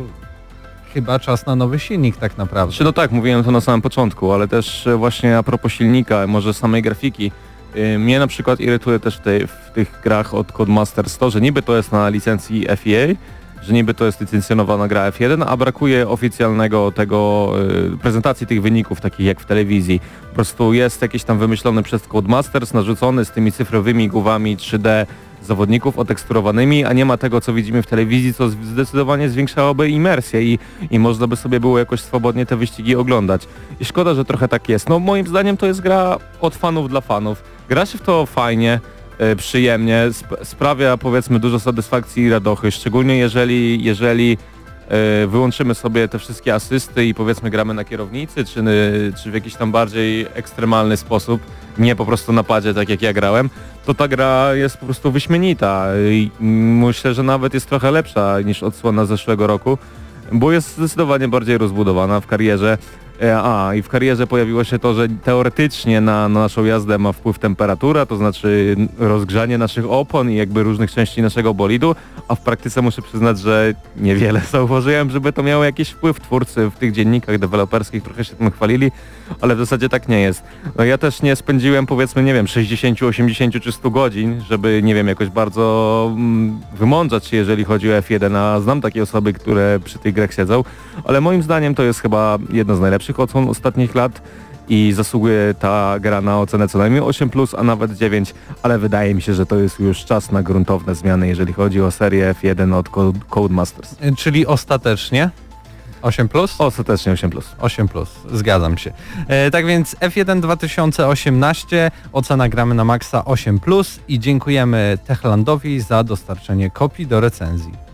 chyba czas na nowy silnik tak naprawdę.
Znaczy, no tak, mówiłem to na samym początku, ale też właśnie a propos silnika, może samej grafiki, yy, mnie na przykład irytuje też w, tej, w tych grach od Codemasters to, że niby to jest na licencji F E A, że niby to jest licencjonowana gra F jeden, a brakuje oficjalnego tego, yy, prezentacji tych wyników, takich jak w telewizji. Po prostu jest jakiś tam wymyślony przez Codemasters, narzucony z tymi cyfrowymi głowami trzy D zawodników oteksturowanymi, a nie ma tego, co widzimy w telewizji, co zdecydowanie zwiększałoby imersję i, i można by sobie było jakoś swobodnie te wyścigi oglądać. I szkoda, że trochę tak jest. No moim zdaniem to jest gra od fanów dla fanów. Gra się w to fajnie, yy, przyjemnie, sp- sprawia powiedzmy dużo satysfakcji i radochy, szczególnie jeżeli, jeżeli yy, wyłączymy sobie te wszystkie asysty i powiedzmy gramy na kierownicy, czy, czy w jakiś tam bardziej ekstremalny sposób, nie po prostu na padzie, tak jak ja grałem, to ta gra jest po prostu wyśmienita i myślę, że nawet jest trochę lepsza niż odsłona zeszłego roku, bo jest zdecydowanie bardziej rozbudowana w karierze. A, i w karierze pojawiło się to, że teoretycznie na, na naszą jazdę ma wpływ temperatura, to znaczy rozgrzanie naszych opon i jakby różnych części naszego bolidu, a w praktyce muszę przyznać, że niewiele zauważyłem, żeby to miało jakiś wpływ. Twórcy w tych dziennikach deweloperskich trochę się tym chwalili, ale w zasadzie tak nie jest. No ja też nie spędziłem powiedzmy, nie wiem, sześćdziesiąt, osiemdziesiąt czy sto godzin, żeby, nie wiem, jakoś bardzo mm, wymądrzać się, jeżeli chodzi o F jeden, a znam takie osoby, które przy tych grach siedzą, ale moim zdaniem to jest chyba jedno z najlepszych odsłon ostatnich lat i zasługuje ta gra na ocenę co najmniej osiem plus, a nawet dziewięć, ale wydaje mi się, że to jest już czas na gruntowne zmiany, jeżeli chodzi o serię F jeden od Codemasters.
Czyli ostatecznie osiem plus?
Ostatecznie osiem plus.
osiem plus, zgadzam się. E, tak więc F jeden dwa tysiące osiemnaście, ocena gramy na maksa osiem plus i dziękujemy Techlandowi za dostarczenie kopii do recenzji.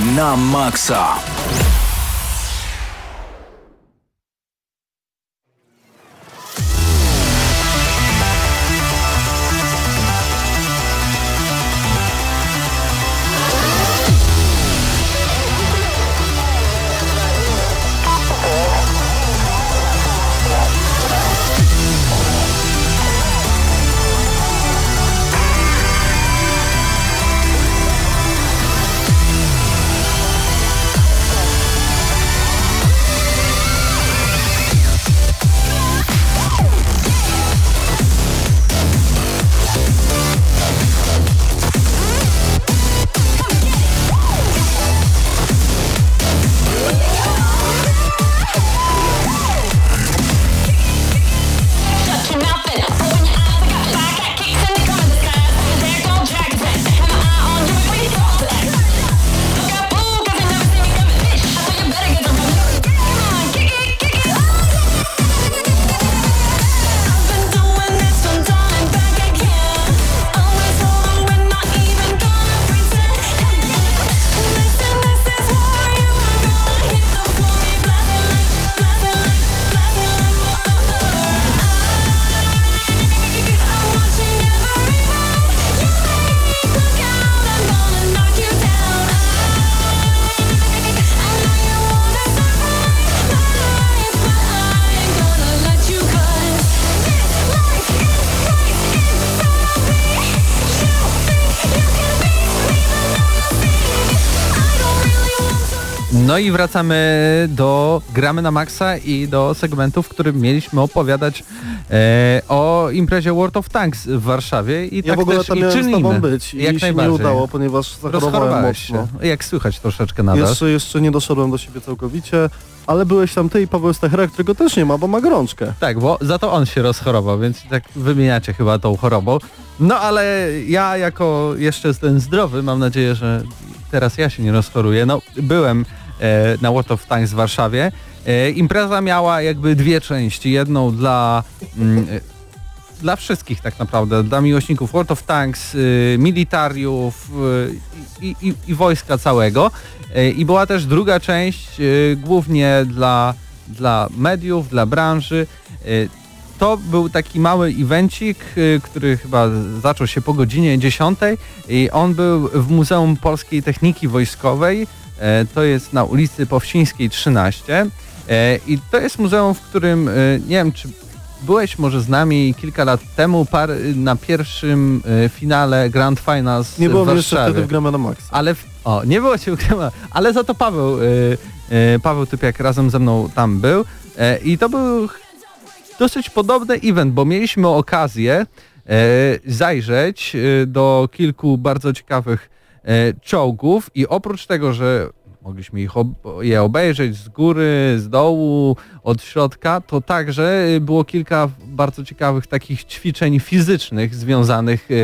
na maksa.
No i wracamy do Gramy na Maxa i do segmentu, w którym mieliśmy opowiadać e, o imprezie World of Tanks w Warszawie i
Ja
tak
w ogóle
też
tam
i
miałem z
czynimy.
tobą być i
Jak
mi się
najbardziej.
nie udało, ponieważ zachorowałem
Rozchorowałeś
mocno.
się. Jak słychać troszeczkę nadal.
Jeszcze, jeszcze nie doszedłem do siebie całkowicie, ale byłeś tam ty i Paweł Stachera, którego też nie ma, bo ma gorączkę.
Tak, bo za to on się rozchorował, więc tak wymieniacie chyba tą chorobą. No ale ja jako jeszcze ten zdrowy, mam nadzieję, że teraz ja się nie rozchoruję. No byłem e, na World of Tanks w Warszawie. E, impreza miała jakby dwie części. Jedną dla mm, e, dla wszystkich tak naprawdę, dla miłośników World of Tanks, y, militariów y, i, i, i wojska całego. Y, I była też druga część, y, głównie dla, dla mediów, dla branży. Y, to był taki mały evencik, y, który chyba zaczął się po godzinie dziesiątej i on był w Muzeum Polskiej Techniki Wojskowej. Y, to jest na ulicy Powsińskiej trzynaście. Y, I to jest muzeum, w którym, y, nie wiem czy byłeś może z nami kilka lat temu par, na pierwszym y, finale Grand Finals
Nie
w
było mnie jeszcze
Warszawie.
wtedy w Gramy na Max.
Ale w, o, nie było cię w Gramy, ale za to Paweł, y, y, Paweł Typiak razem ze mną tam był y, i to był ch- dosyć podobny event, bo mieliśmy okazję y, zajrzeć y, do kilku bardzo ciekawych y, czołgów i oprócz tego, że mogliśmy ich ob- je obejrzeć z góry, z dołu, od środka, to także było kilka bardzo ciekawych takich ćwiczeń fizycznych związanych e,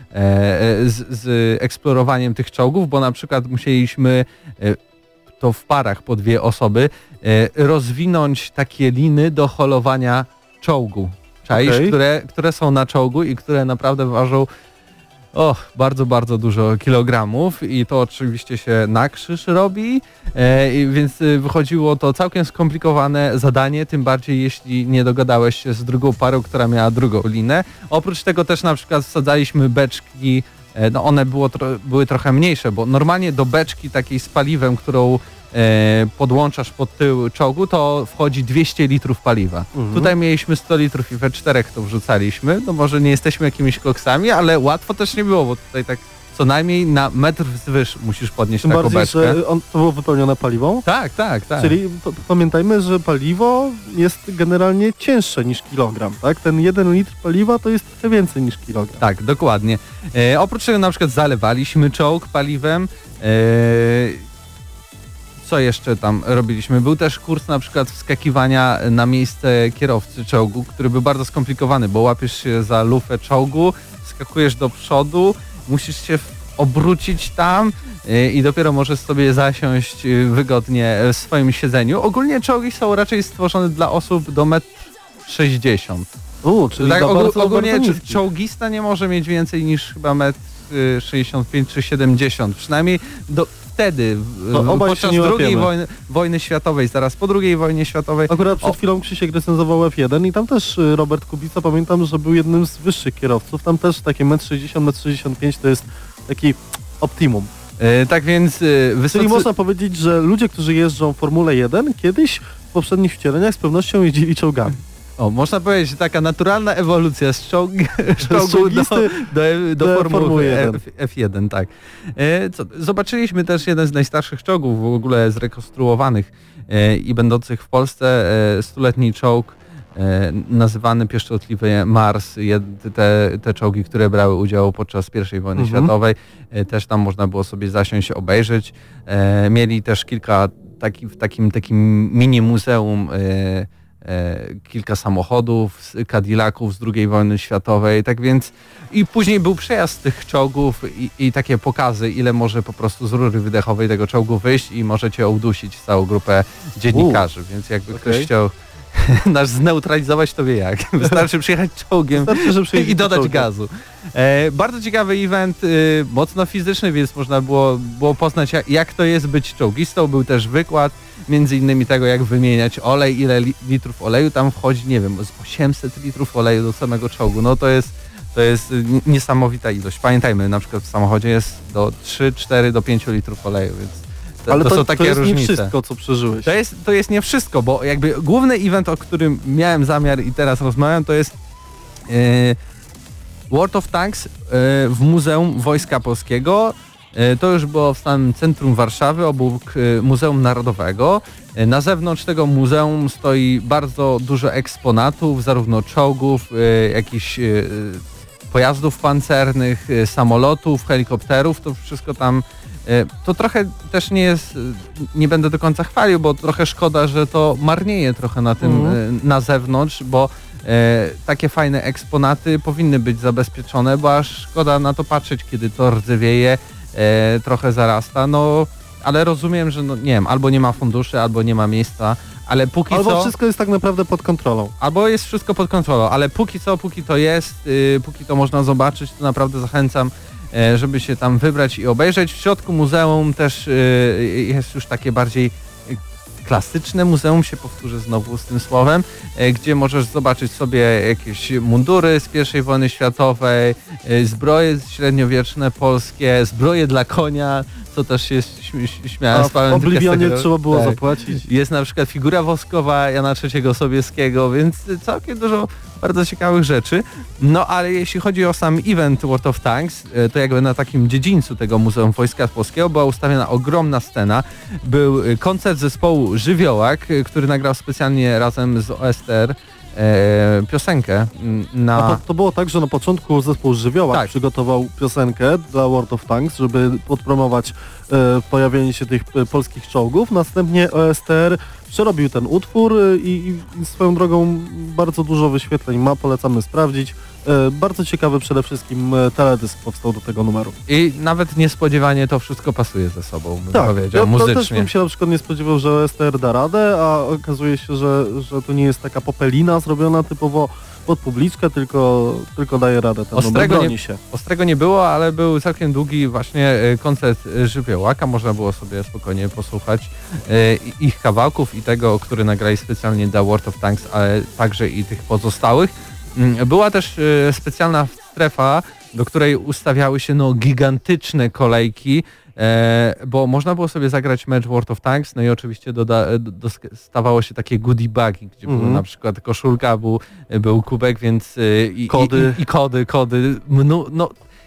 e, z, z eksplorowaniem tych czołgów, bo na przykład musieliśmy e, to w parach po dwie osoby e, rozwinąć takie liny do holowania czołgu. Czaisz,
Okej.
które, które są na czołgu i które naprawdę ważą Och, bardzo, bardzo dużo kilogramów i to oczywiście się na krzyż robi, e, i więc e, wychodziło to całkiem skomplikowane zadanie, tym bardziej jeśli nie dogadałeś się z drugą parą, która miała drugą linę. Oprócz tego też na przykład wsadzaliśmy beczki, e, no one było tro, były trochę mniejsze, bo normalnie do beczki takiej z paliwem, którą e, podłączasz pod tył czołgu, to wchodzi dwieście litrów paliwa.
Mhm.
Tutaj mieliśmy sto litrów i we czterech to wrzucaliśmy. No może nie jesteśmy jakimiś koksami, ale łatwo też nie było, bo tutaj tak co najmniej na metr wzwyż musisz podnieść
Tym
taką
bardziej,
beczkę.
że on, to było wypełnione paliwą.
Tak, tak, tak.
Czyli p- pamiętajmy, że paliwo jest generalnie cięższe niż kilogram, tak? Ten jeden litr paliwa to jest trochę więcej niż kilogram.
Tak, dokładnie. E, oprócz tego na przykład zalewaliśmy czołg paliwem. E, co jeszcze tam robiliśmy? Był też kurs na przykład wskakiwania na miejsce kierowcy czołgu, który był bardzo skomplikowany, bo łapiesz się za lufę czołgu, skakujesz do przodu, musisz się w- obrócić tam e, i dopiero możesz sobie zasiąść e, wygodnie w swoim siedzeniu. Ogólnie czołgi są raczej stworzone dla osób do metr sześćdziesiąt.
U, czyli
Tak,
za
ogól,
bardzo,
ogólnie
bardzo
czo-
niski.
czołgista nie może mieć więcej niż chyba metr y, sześćdziesiąt pięć czy siedemdziesiąt. Przynajmniej do, w wtedy, w,
To obaj
podczas
się nie
drugiej
łapiemy.
wojny, wojny światowej, zaraz po drugiej wojnie światowej.
Akurat przed
O.
chwilą Krzysiek recenzował F jeden i tam też y, Robert Kubica, pamiętam, że był jednym z wyższych kierowców. Tam też takie metr sześćdziesiąt, metr sześćdziesiąt pięć to jest taki optimum.
E, tak więc e, wysocy...
Czyli można powiedzieć, że ludzie, którzy jeżdżą w Formule jeden, kiedyś w poprzednich wcieleniach z pewnością jeździli czołgami.
O, można powiedzieć, że taka naturalna ewolucja z, czołg, z czołgu do,
czołgisty
do, do,
do
Formuły
Formuły jeden.
F, F jeden, tak. E, co, zobaczyliśmy też jeden z najstarszych czołgów w ogóle zrekonstruowanych e, i będących w Polsce, e, stuletni czołg e, nazywany pieszczotliwie Mars. Jed, te, te czołgi, które brały udział podczas pierwszej wojny
Mhm.
światowej, e, też tam można było sobie zasiąść, obejrzeć. E, mieli też kilka taki, w takim, takim mini muzeum e, E, kilka samochodów, z Cadillaców z drugiej wojny światowej, tak więc i później był przejazd tych czołgów i, i takie pokazy, ile może po prostu z rury wydechowej tego czołgu wyjść i możecie udusić całą grupę dziennikarzy, więc jakby
okej.
ktoś chciał nas zneutralizować, to wie jak. Wystarczy przyjechać czołgiem
Wystarczy, że przyjedzie
i dodać
czołgiem.
gazu. E, bardzo ciekawy event, y, mocno fizyczny, więc można było, było poznać jak, jak to jest być czołgistą. Był też wykład między innymi tego, jak wymieniać olej, ile li, litrów oleju tam wchodzi, nie wiem, z osiemset litrów oleju do samego czołgu. No to jest, to jest y, niesamowita ilość. Pamiętajmy, na przykład w samochodzie jest do trzy, cztery do pięciu litrów oleju, więc to,
Ale
to,
to,
są takie
to jest
różnice.
nie wszystko, co przeżyłeś.
To jest, to jest nie wszystko, bo jakby główny event, o którym miałem zamiar i teraz rozmawiam, to jest yy, World of Tanks yy, w Muzeum Wojska Polskiego. Yy, to już było w samym centrum Warszawy, obok yy, Muzeum Narodowego. Yy, na zewnątrz tego muzeum stoi bardzo dużo eksponatów, zarówno czołgów, yy, jakichś yy, pojazdów pancernych, yy, samolotów, helikopterów, to wszystko tam. To trochę też nie jest, nie będę do końca chwalił, bo trochę szkoda, że to marnieje trochę na tym,
Mhm.
na zewnątrz, bo e, takie fajne eksponaty powinny być zabezpieczone, bo aż szkoda na to patrzeć, kiedy to rdzewieje, e, trochę zarasta, no ale rozumiem, że no, nie wiem, albo nie ma funduszy, albo nie ma miejsca, ale póki
Albo
co...
wszystko jest tak naprawdę pod kontrolą.
Albo jest wszystko pod kontrolą, ale póki co, póki to jest, y, póki to można zobaczyć, to naprawdę zachęcam, e, żeby się tam wybrać i obejrzeć. W środku muzeum też y, jest już takie bardziej y, klasyczne muzeum, się powtórzę znowu z tym słowem, e, gdzie możesz zobaczyć sobie jakieś mundury z pierwszej wojny światowej, e, zbroje średniowieczne polskie, zbroje dla konia, co też się śm- śmiałem
A
z
w
panem
Oblivionie
Dykastego.
trzeba było
Tak.
zapłacić.
Jest na przykład figura woskowa Jana trzeciego Sobieskiego, więc całkiem dużo bardzo ciekawych rzeczy. No ale jeśli chodzi o sam event World of Tanks, to jakby na takim dziedzińcu tego Muzeum Wojska Polskiego była ustawiona ogromna scena. Był koncert zespołu Żywiołak, który nagrał specjalnie razem z O S T R e, piosenkę na...
A to, to było tak, że na początku zespół Żywiołak
Tak.
przygotował piosenkę dla World of Tanks, żeby podpromować e, pojawienie się tych e, polskich czołgów. Następnie O S T R przerobił ten utwór e, i, i swoją drogą bardzo dużo wyświetleń ma, polecamy sprawdzić. E, bardzo ciekawy przede wszystkim e, teledysk powstał do tego numeru.
I nawet niespodziewanie to wszystko pasuje ze sobą, bym
Tak,
powiedział,
ja to też
muzycznie.
bym się na przykład nie spodziewał, że O S T R da radę, a okazuje się, że, że to nie jest taka popelina zrobiona typowo pod publiczkę, tylko, tylko daje radę ten numer,
Ostrego
broni
nie-
się.
Ostrego nie było, ale był całkiem długi właśnie e, koncert e, Żywiołaka, można było sobie spokojnie posłuchać e, i- ich kawałków i tego, który nagrali specjalnie dla World of Tanks, ale także i tych pozostałych. Mm, Była też e, specjalna strefa, do której ustawiały się no gigantyczne kolejki, e, bo można było sobie zagrać mecz World of Tanks, no i oczywiście doda, dostawało się takie goodie bagi, gdzie
Mhm.
były na przykład koszulka, był, był kubek, więc e, i,
Kody.
i, i, i kody, kody, mnu, no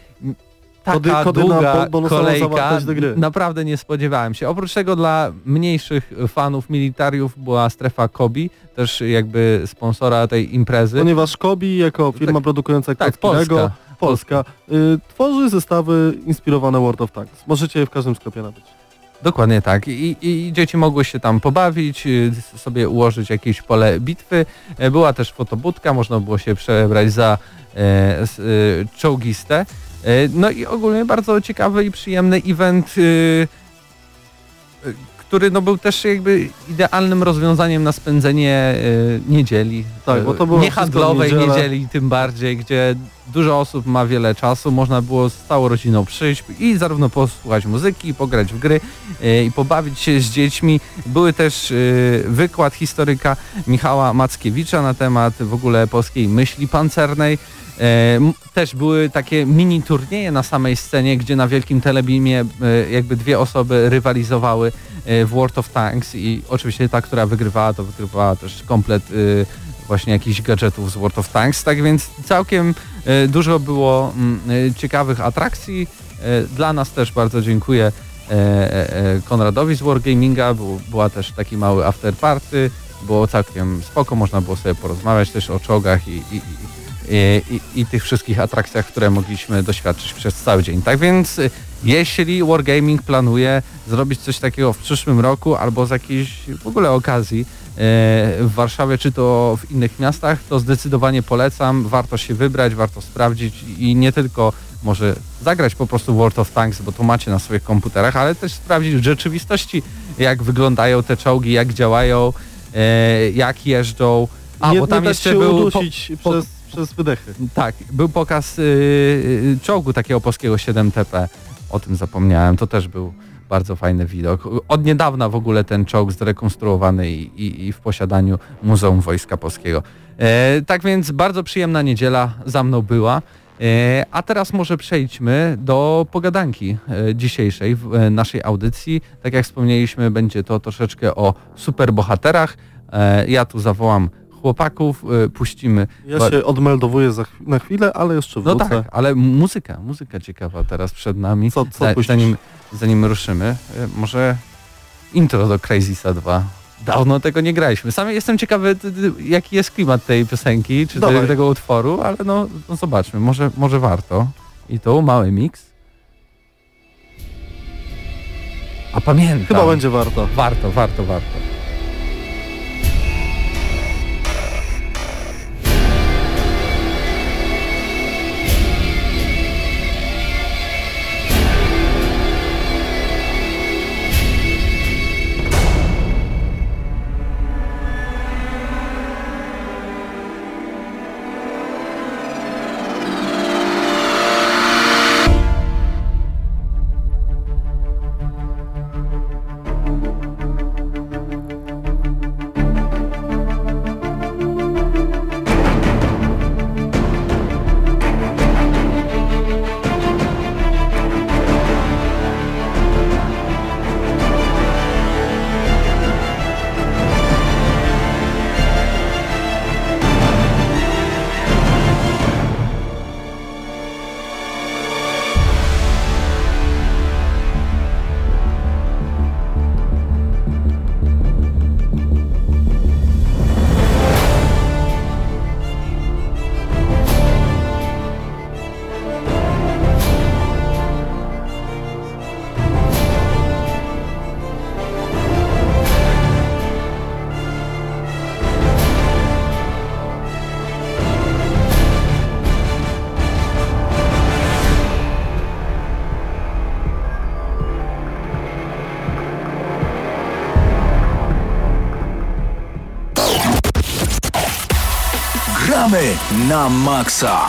taka
Kody- kody na
długa
bo- bonusową
kolejka,
zawartość do gry.
naprawdę nie spodziewałem się. Oprócz tego dla mniejszych fanów militariów była strefa Kobi, też jakby sponsora tej imprezy.
Ponieważ Kobi jako firma
Tak.
produkująca
Tak,
klocki Lego,
Polska.
Polska, y, tworzy zestawy inspirowane World of Tanks. Możecie je w każdym sklepie nabyć.
Dokładnie tak. I, i dzieci mogły się tam pobawić, y, sobie ułożyć jakieś pole bitwy. E, Była też fotobudka, można było się przebrać za e, s- e, czołgistę. E, No i ogólnie bardzo ciekawy i przyjemny event, y, y, który no był też jakby idealnym rozwiązaniem na spędzenie y, niedzieli.
Tak,
y,
bo to było
niehandlowej
wszystko w niedzielę.
niedzieli tym bardziej, gdzie dużo osób ma wiele czasu, można było z całą rodziną przyjść i zarówno posłuchać muzyki, pograć w gry y, i pobawić się z dziećmi. Były też y, wykład historyka Michała Mackiewicza na temat w ogóle polskiej myśli pancernej. E, m- też były takie mini turnieje na samej scenie, gdzie na wielkim telebimie e, jakby dwie osoby rywalizowały e, w World of Tanks i oczywiście ta, która wygrywała, to wygrywała też komplet e, właśnie jakichś gadżetów z World of Tanks, tak więc całkiem e, dużo było m, e, ciekawych atrakcji. E, dla nas też bardzo dziękuję e, e, Konradowi z Wargaminga, był, była też taki mały after party, było całkiem spoko, można było sobie porozmawiać też o czołgach i, i, i I, i, i tych wszystkich atrakcjach, które mogliśmy doświadczyć przez cały dzień. Tak więc jeśli Wargaming planuje zrobić coś takiego w przyszłym roku albo z jakiejś w ogóle okazji e, w Warszawie czy to w innych miastach, to zdecydowanie polecam, warto się wybrać, warto sprawdzić i nie tylko może zagrać po prostu World of Tanks, bo to macie na swoich komputerach, ale też sprawdzić w rzeczywistości, jak wyglądają te czołgi, jak działają, e, jak jeżdżą. A,
nie,
bo tam
nie dać
jeszcze
się
był...
udusić
po,
przez, przez wydechy.
Tak, był pokaz yy, czołgu takiego polskiego siedem T P. O tym zapomniałem, to też był bardzo fajny widok. Od niedawna w ogóle ten czołg zrekonstruowany i, i, i w posiadaniu Muzeum Wojska Polskiego. E, tak więc bardzo przyjemna niedziela za mną była. E, a teraz może przejdźmy do pogadanki e, dzisiejszej w e, naszej audycji. Tak jak wspomnieliśmy, będzie to troszeczkę o superbohaterach. E, ja tu zawołam chłopaków, y, puścimy.
Ja się odmeldowuję za chw- na chwilę, ale jeszcze
No
wrócę.
tak, ale muzyka, muzyka ciekawa teraz przed nami.
Co, co
Za-
puścisz?
zanim, zanim ruszymy, y, może intro do Crazysa dwa. Dawno tego nie graliśmy. Sam jestem ciekawy, ty, ty, jaki jest klimat tej piosenki, czy
Dawaj.
tego, tego utworu, ale no, no zobaczmy, może, może warto. I tu mały miks. A pamiętam.
Chyba będzie warto.
Warto, warto, warto.
Gramy na maksa!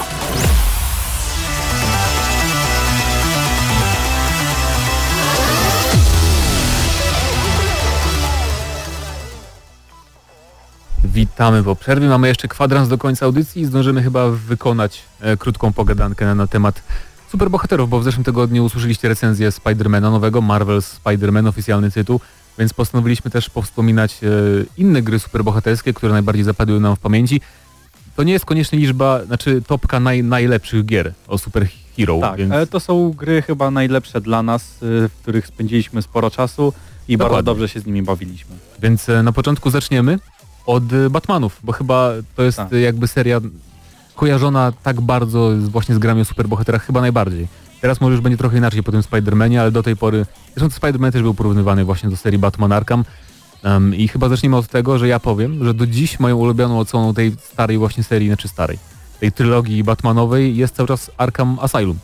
Witamy po przerwie. Mamy jeszcze kwadrans do końca audycji i zdążymy chyba wykonać e, krótką pogadankę na, na temat superbohaterów, bo w zeszłym tygodniu usłyszeliście recenzję Spidermana nowego, Marvel's Spider-Man, oficjalny tytuł, więc postanowiliśmy też powspominać e, inne gry superbohaterskie, które najbardziej zapadły nam w pamięci. To nie jest koniecznie liczba, znaczy topka naj, najlepszych gier o superhero,
Tak,
więc
ale to są gry chyba najlepsze dla nas, y, w których spędziliśmy sporo czasu i
Dokładnie.
bardzo dobrze się z nimi bawiliśmy.
Więc e, na początku zaczniemy od e, Batmanów, bo chyba to jest
Tak.
e, jakby seria kojarzona tak bardzo z, właśnie z grami o superbohaterach, chyba najbardziej. Teraz może już będzie trochę inaczej po tym Spider-Manie, ale do tej pory, zresztą Spider-Man też był porównywany właśnie do serii Batman Arkham. Um, I chyba zaczniemy od tego, że ja powiem, że do dziś moją ulubioną odsłoną tej starej właśnie serii, znaczy starej, tej trylogii Batmanowej jest cały czas Arkham Asylum.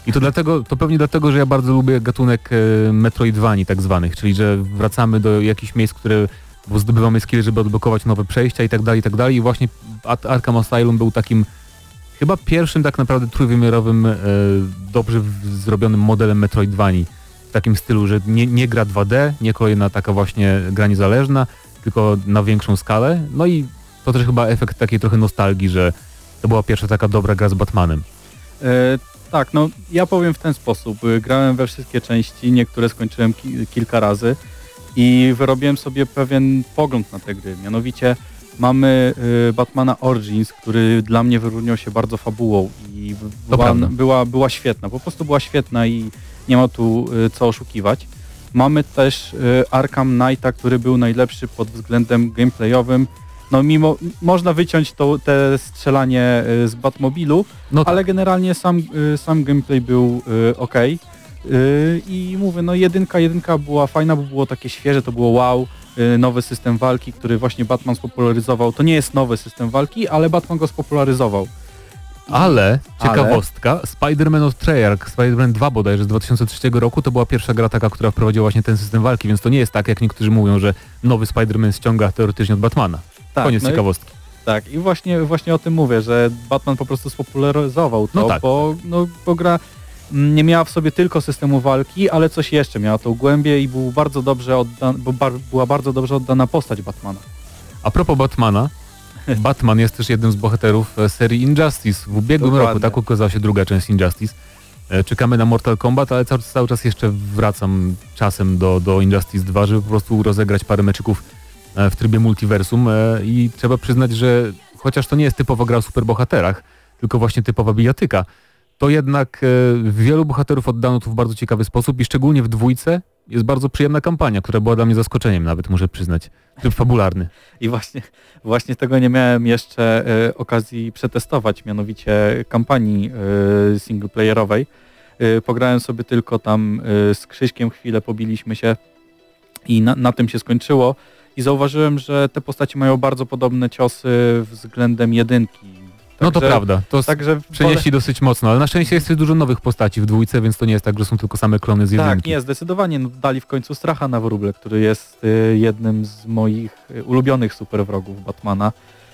I to dlatego, to pewnie dlatego, że ja bardzo lubię gatunek e, Metroidvanii tak zwanych, czyli że wracamy do jakichś miejsc, które bo zdobywamy skille, żeby odblokować nowe przejścia i tak dalej, i tak dalej. I właśnie Arkham Asylum był takim chyba pierwszym tak naprawdę trójwymiarowym, e, dobrze w, zrobionym modelem Metroidvanii. W takim stylu, że nie, nie gra dwa D, nie kolejna taka właśnie gra niezależna, tylko na większą skalę. No i to też chyba efekt takiej trochę nostalgii, że to była pierwsza taka dobra gra z Batmanem.
E, tak, no ja powiem w ten sposób. Grałem we wszystkie części, niektóre skończyłem ki- kilka razy i wyrobiłem sobie pewien pogląd na te gry. Mianowicie mamy y, Batmana Origins, który dla mnie wyróżniał się bardzo fabułą i była, była, była świetna. Po prostu była świetna i nie ma tu y, co oszukiwać. Mamy też y, Arkham Knighta, który był najlepszy pod względem gameplayowym. No mimo, można wyciąć to, te strzelanie y, z Batmobilu,
No tak.
ale generalnie sam, y, sam gameplay był y, ok. Y, I mówię, no jedynka, jedynka była fajna, bo było takie świeże, to było wow. Y, nowy system walki, który właśnie Batman spopularyzował. To nie jest nowy system walki, ale Batman go spopularyzował.
Ale, ciekawostka, ale... Spider-Man od Treyarch, Spider-Man dwa bodajże z dwa tysiące trzeciego roku, to była pierwsza gra taka, która wprowadziła właśnie ten system walki, więc to nie jest tak, jak niektórzy mówią, że nowy Spider-Man ściąga teoretycznie od Batmana. Tak, Koniec no ciekawostki.
I, tak, i właśnie, właśnie o tym mówię, że Batman po prostu spopularyzował to,
no tak.
bo, no, bo gra nie miała w sobie tylko systemu walki, ale coś jeszcze, miała tą głębię i był bardzo dobrze odda- bo bar- była bardzo dobrze oddana postać Batmana.
A propos Batmana, Batman jest też jednym z bohaterów serii Injustice. W ubiegłym
Dokładnie.
roku tak ukazała się druga część Injustice. Czekamy na Mortal Kombat, ale cały, cały czas jeszcze wracam czasem do, do Injustice dwa, żeby po prostu rozegrać parę meczyków w trybie multiversum i trzeba przyznać, że chociaż to nie jest typowa gra o superbohaterach, tylko właśnie typowa bijatyka, to jednak wielu bohaterów oddano tu w bardzo ciekawy sposób i szczególnie w dwójce jest bardzo przyjemna kampania, która była dla mnie zaskoczeniem nawet, muszę przyznać. Tryb fabularny.
I właśnie, właśnie tego nie miałem jeszcze e, okazji przetestować, mianowicie kampanii e, singleplayerowej. E, pograłem sobie tylko tam e, z Krzyśkiem chwilę, pobiliśmy się i na, na tym się skończyło. I zauważyłem, że te postaci mają bardzo podobne ciosy względem jedynki.
No to prawda, to
także
przenieśli dosyć mocno, ale na szczęście jest dużo nowych postaci w dwójce, więc to nie jest tak, że są tylko same klony z jedynki.
Tak, nie, zdecydowanie. No, dali w końcu Stracha na wróble, który jest y, jednym z moich y, ulubionych superwrogów Batmana.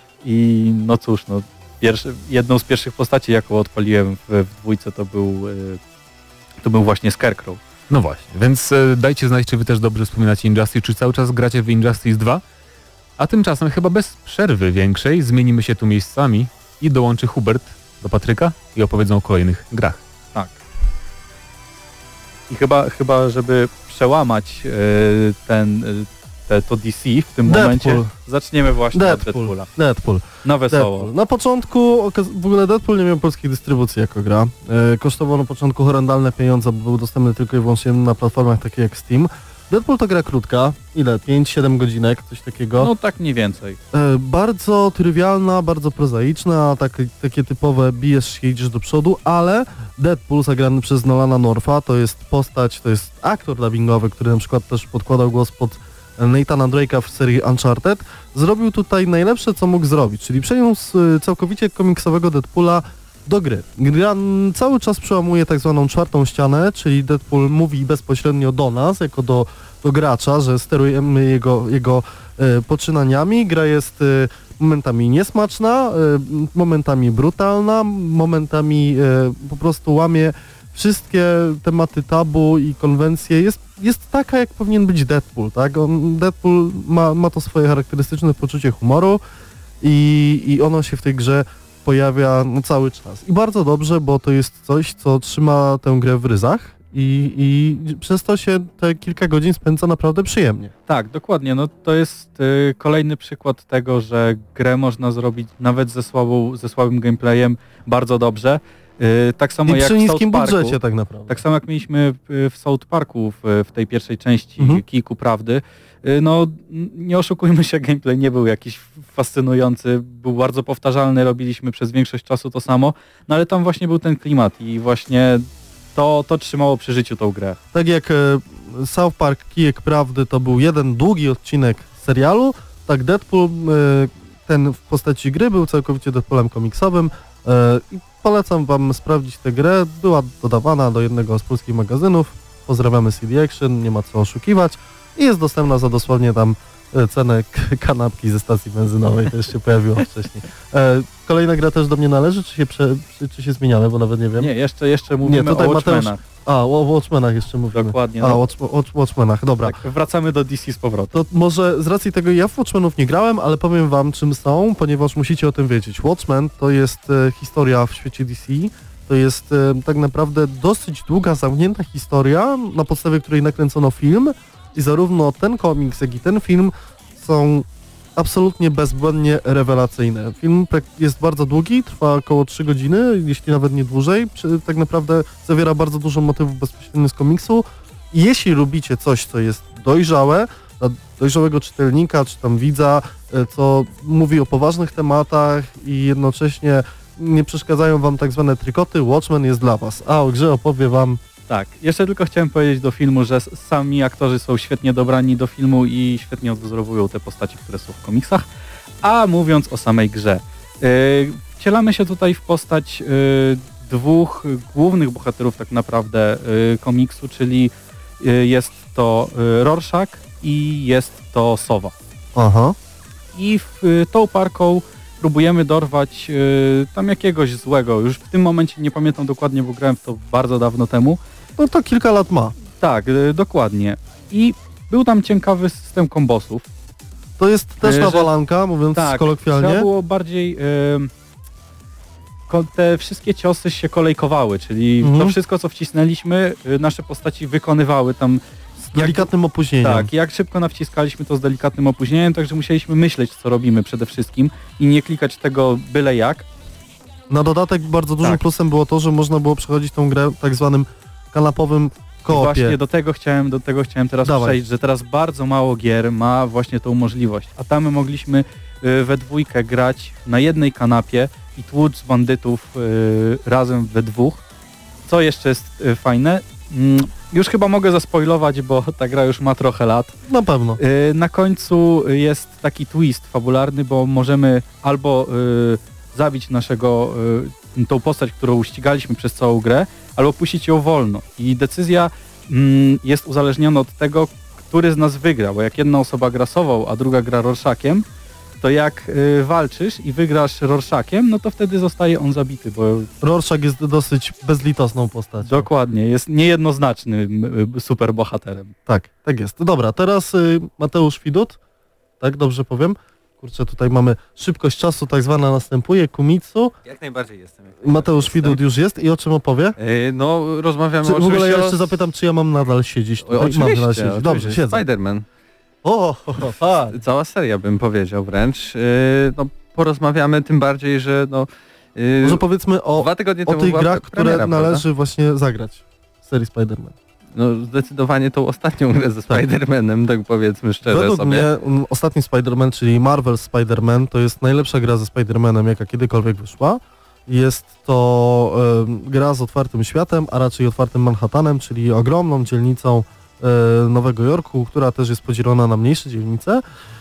I no cóż, no, pierwszy, jedną z pierwszych postaci, jaką odpaliłem w, w dwójce, to był, y, to był właśnie Scarecrow.
No właśnie, więc y, dajcie znać, czy wy też dobrze wspominacie Injustice, czy cały czas gracie w Injustice dwa. A tymczasem chyba bez przerwy większej zmienimy się tu miejscami i dołączy Hubert do Patryka i opowiedzą o kolejnych grach.
Tak. I chyba, chyba żeby przełamać y, ten, y, te, to D C w tym
Deadpool.
momencie, zaczniemy właśnie
Deadpool.
od Deadpoola.
Deadpool.
Na wesoło.
Deadpool. Na początku w ogóle Deadpool nie miał polskiej dystrybucji jako gra. E, kosztował na początku horrendalne pieniądze, bo był dostępny tylko i wyłącznie na platformach takich jak Steam. Deadpool to gra krótka, ile? pięć siedem godzinek, coś takiego.
No tak mniej więcej.
E, bardzo trywialna, bardzo prozaiczna, tak, takie typowe bijesz się, idziesz do przodu, ale Deadpool zagrany przez Nolana Northa to jest postać, to jest aktor dubbingowy, który na przykład też podkładał głos pod Nathana Drake'a w serii Uncharted, zrobił tutaj najlepsze, co mógł zrobić, czyli przeniósł całkowicie komiksowego Deadpoola do gry. Gra cały czas przełamuje tak zwaną czwartą ścianę, czyli Deadpool mówi bezpośrednio do nas, jako do, do gracza, że sterujemy jego, jego e, poczynaniami. Gra jest e, momentami niesmaczna, e, momentami brutalna, momentami e, po prostu łamie wszystkie tematy tabu i konwencje. Jest, jest taka, jak powinien być Deadpool, tak? On, Deadpool ma, ma to swoje charakterystyczne poczucie humoru i, i ono się w tej grze pojawia no, cały czas. I bardzo dobrze, bo to jest coś, co trzyma tę grę w ryzach i, i przez to się te kilka godzin spędza naprawdę przyjemnie.
Tak, dokładnie. No to jest y, kolejny przykład tego, że grę można zrobić nawet ze, słabą, ze słabym gameplayem bardzo dobrze. Y, tak samo
I
jak
przy
w
niskim
South Parku,
budżecie tak naprawdę.
Tak samo jak mieliśmy w South Parku w, w tej pierwszej części
Mhm.
Kijku Prawdy. Y, no nie oszukujmy się, gameplay nie był jakiś fascynujący, był bardzo powtarzalny, robiliśmy przez większość czasu to samo, no ale tam właśnie był ten klimat i właśnie to, to trzymało przy życiu tą grę.
Tak jak e, South Park Kijek Prawdy to był jeden długi odcinek serialu, tak Deadpool, e, ten w postaci gry był całkowicie Deadpoolem komiksowym, E, I polecam wam sprawdzić tę grę. Była dodawana do jednego z polskich magazynów. Pozdrawiamy C D Action, nie ma co oszukiwać. I jest dostępna za dosłownie tam e, cenę k- kanapki ze stacji benzynowej, też się pojawiło wcześniej. E, kolejna gra też do mnie należy, czy się, prze, czy, czy się zmieniamy, bo nawet nie wiem.
Nie, jeszcze, jeszcze mówimy
Nie, tutaj
o
Mateusz-
Watchmenach.
A, o Watchmenach jeszcze mówimy.
Dokładnie.
A,
No,
Watch, Watch, Watchmenach, dobra.
tak, wracamy do D C z powrotem.
To może z racji tego ja w Watchmenów nie grałem, ale powiem wam czym są, ponieważ musicie o tym wiedzieć. Watchmen to jest e, historia w świecie D C, to jest e, tak naprawdę dosyć długa, zamknięta historia, na podstawie której nakręcono film i zarówno ten komiks, jak i ten film są absolutnie bezbłędnie rewelacyjne. Film prak- jest bardzo długi, trwa około trzy godziny, jeśli nawet nie dłużej. Przy- Tak naprawdę zawiera bardzo dużo motywów bezpośrednio z komiksu. I jeśli lubicie coś, co jest dojrzałe, dla dojrzałego czytelnika, czy tam widza, e, co mówi o poważnych tematach i jednocześnie nie przeszkadzają wam tak zwane trykoty, Watchmen jest dla was. A o grze opowie wam...
Tak, jeszcze tylko chciałem powiedzieć do filmu, że s- sami aktorzy są świetnie dobrani do filmu i świetnie odwzorowują te postaci, które są w komiksach. A mówiąc o samej grze, yy, wcielamy się tutaj w postać yy, dwóch głównych bohaterów tak naprawdę yy, komiksu, czyli yy, jest to yy, Rorschach i jest to Sowa.
Aha.
I w, yy, tą parką próbujemy dorwać yy, tam jakiegoś złego. Już w tym momencie nie pamiętam dokładnie, bo grałem w to bardzo dawno temu.
No to kilka lat ma.
Tak, y, dokładnie. I był tam ciekawy system kombosów.
To jest też
E, że-
nawalanka, mówiąc
Tak, trzeba
kolokwialnie.
było bardziej... ym, ko- te wszystkie ciosy się kolejkowały, czyli
Mhm.
to wszystko, co wcisnęliśmy, y, nasze postaci wykonywały tam...
Z delikatnym opóźnieniem.
Tak, jak szybko nawciskaliśmy to z delikatnym opóźnieniem, także musieliśmy myśleć, co robimy przede wszystkim i nie klikać tego byle jak.
Na dodatek bardzo dużym
Tak.
plusem było to, że można było przechodzić tą grę w tak zwanym kanapowym
I
koopie.
właśnie do tego chciałem, do tego chciałem teraz
Dawaj.
przejść, że teraz bardzo mało gier ma właśnie tą możliwość. A tam my mogliśmy y, we dwójkę grać na jednej kanapie i tłuc bandytów y, razem we dwóch. Co jeszcze jest y, fajne? Mm, już chyba mogę zaspoilować, bo ta gra już ma trochę lat.
Na pewno.
Y, na końcu jest taki twist fabularny, bo możemy albo y, zabić naszego, y, tą postać, którą ścigaliśmy przez całą grę, albo puścić ją wolno. I decyzja mm, jest uzależniona od tego, który z nas wygra, bo jak jedna osoba gra Sową, a druga gra Rorschakiem, to jak y, walczysz i wygrasz Rorschakiem, no to wtedy zostaje on zabity, bo
Rorschach jest dosyć bezlitosną postacią.
dokładnie, jest niejednoznacznym y, superbohaterem.
Tak, tak jest. Dobra, teraz y, Mateusz Widut. Tak, dobrze powiem. Kurczę, tutaj mamy szybkość czasu tak zwana następuje, Kumitsu.
Jak najbardziej jestem.
Mateusz Widut już jest i o czym opowie?
Yy, no, rozmawiamy
Czy, w ogóle
oczywiście
ja
o...
jeszcze zapytam, czy ja mam nadal siedzieć
O,
tutaj? Mam
oczywiście,
nadal siedzieć. Dobrze,
oczywiście.
siedzę.
Spider-Man.
O, ho, ho, tak.
Cała seria bym powiedział wręcz. Yy, no, porozmawiamy tym bardziej, że no... Yy,
Może powiedzmy o,
dwa tygodnie
o
temu
tych
była
grach,
pre-
które
premiera,
należy
prawda?
właśnie zagrać w serii Spider-Man.
No zdecydowanie tą ostatnią grę ze
Tak.
Spider-Manem, tak powiedzmy szczerze
Według
sobie.
mnie mm, ostatni Spider-Man, czyli Marvel Spider-Man, to jest najlepsza gra ze Spider-Manem, jaka kiedykolwiek wyszła. Jest to e, gra z otwartym światem, a raczej otwartym Manhattanem, czyli ogromną dzielnicą e, Nowego Jorku, która też jest podzielona na mniejsze dzielnice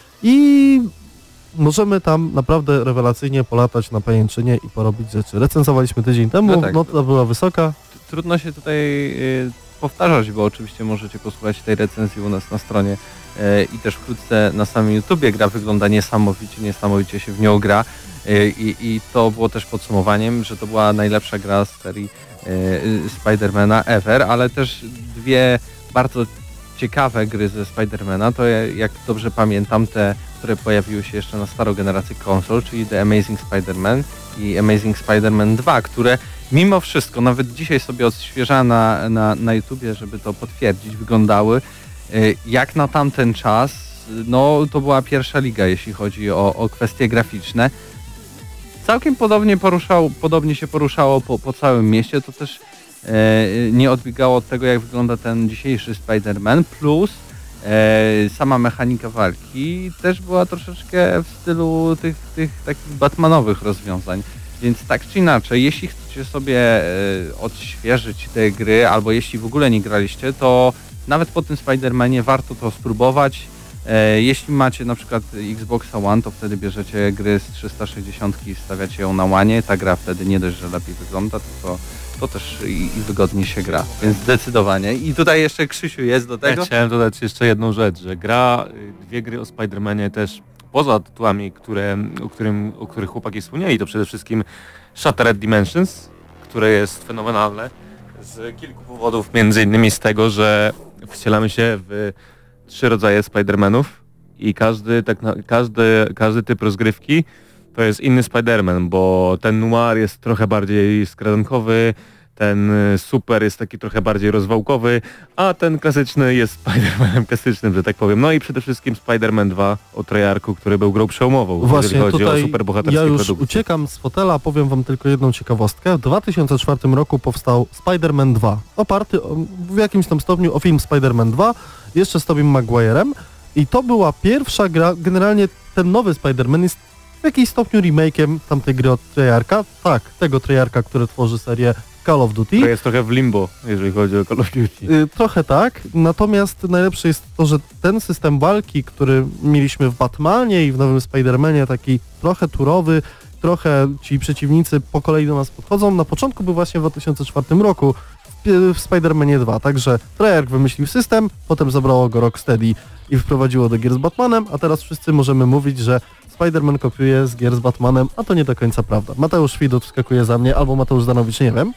i możemy tam naprawdę rewelacyjnie polatać na pajęczynie i porobić rzeczy. Recenzowaliśmy tydzień temu,
No tak.
nota była wysoka.
Trudno się tutaj y, powtarzać, bo oczywiście możecie posłuchać tej recenzji u nas na stronie y, i też wkrótce na samym YouTubie. Gra wygląda niesamowicie, niesamowicie się w nią gra y, i, i to było też podsumowaniem, że to była najlepsza gra z serii y, y, Spidermana ever, ale też dwie bardzo ciekawe gry ze Spidermana, to ja- jak dobrze pamiętam te, które pojawiły się jeszcze na starą generację konsol, czyli The Amazing Spider-Man i Amazing Spider-Man dwa, które mimo wszystko, nawet dzisiaj sobie odświeżałem na, na, na YouTubie, żeby to potwierdzić, wyglądały y, jak na tamten czas, no to była pierwsza liga, jeśli chodzi o, o kwestie graficzne. Całkiem podobnie, poruszał, podobnie się poruszało po, po całym mieście, to też e, nie odbiegało od tego, jak wygląda ten dzisiejszy Spider-Man, plus e, sama mechanika walki też była troszeczkę w stylu tych, tych takich batmanowych rozwiązań. Więc tak czy inaczej, jeśli chcecie sobie e, odświeżyć te gry, albo jeśli w ogóle nie graliście, to nawet po tym Spider-Manie warto to spróbować. E, jeśli macie na przykład Xboxa One, to wtedy bierzecie gry z trzysta sześćdziesiąt i stawiacie ją na łanie. Ta gra wtedy nie dość, że lepiej wygląda, tylko to też i, i wygodniej się gra, więc zdecydowanie. I tutaj jeszcze Krzysiu jest do tego.
Ja chciałem dodać jeszcze jedną rzecz, że gra, y, dwie gry o Spider-Manie też, poza tytułami, które, o, którym, o których chłopaki wspomnieli, to przede wszystkim Shattered Dimensions, które jest fenomenalne z kilku powodów, między innymi z tego, że wcielamy się w trzy rodzaje Spider-Manów i każdy, tak na, każdy, każdy typ rozgrywki to jest inny Spider-Man, bo ten noir jest trochę bardziej skradankowy, ten super jest taki trochę bardziej rozwałkowy, a ten klasyczny jest Spider-Manem klasycznym, że tak powiem. No i przede wszystkim Spider-Man dwa o Treyarchu, który był grą przełomową,
Właśnie,
jeżeli chodzi
tutaj
o superbohaterskie
ja już
produkcje.
uciekam z fotela, powiem wam tylko jedną ciekawostkę. W dwa tysiące czwartym roku powstał Spider-Man dwa, oparty o, w jakimś tam stopniu o film Spider-Man dwa, jeszcze z Tobeyem Maguire'em i to była pierwsza gra, generalnie ten nowy Spider-Man jest w jakimś stopniu remake'iem tamtej gry od Treyarcha, tak, tego Treyarcha, który tworzy serię Call of Duty.
To jest trochę w limbo, jeżeli chodzi o Call of Duty.
Y, trochę tak, natomiast najlepsze jest to, że ten system walki, który mieliśmy w Batmanie i w nowym Spider-Manie, taki trochę turowy, trochę ci przeciwnicy po kolei do nas podchodzą, na początku był właśnie w dwa tysiące czwartym roku w, w Spider-Manie dwa, także Treyarch wymyślił system, potem zabrało go Rocksteady i wprowadziło do gier z Batmanem, a teraz wszyscy możemy mówić, że Spider-Man kopiuje z gier z Batmanem, a to nie do końca prawda. Mateusz Widut wskakuje za mnie, albo Mateusz Zdanowicz, nie wiem.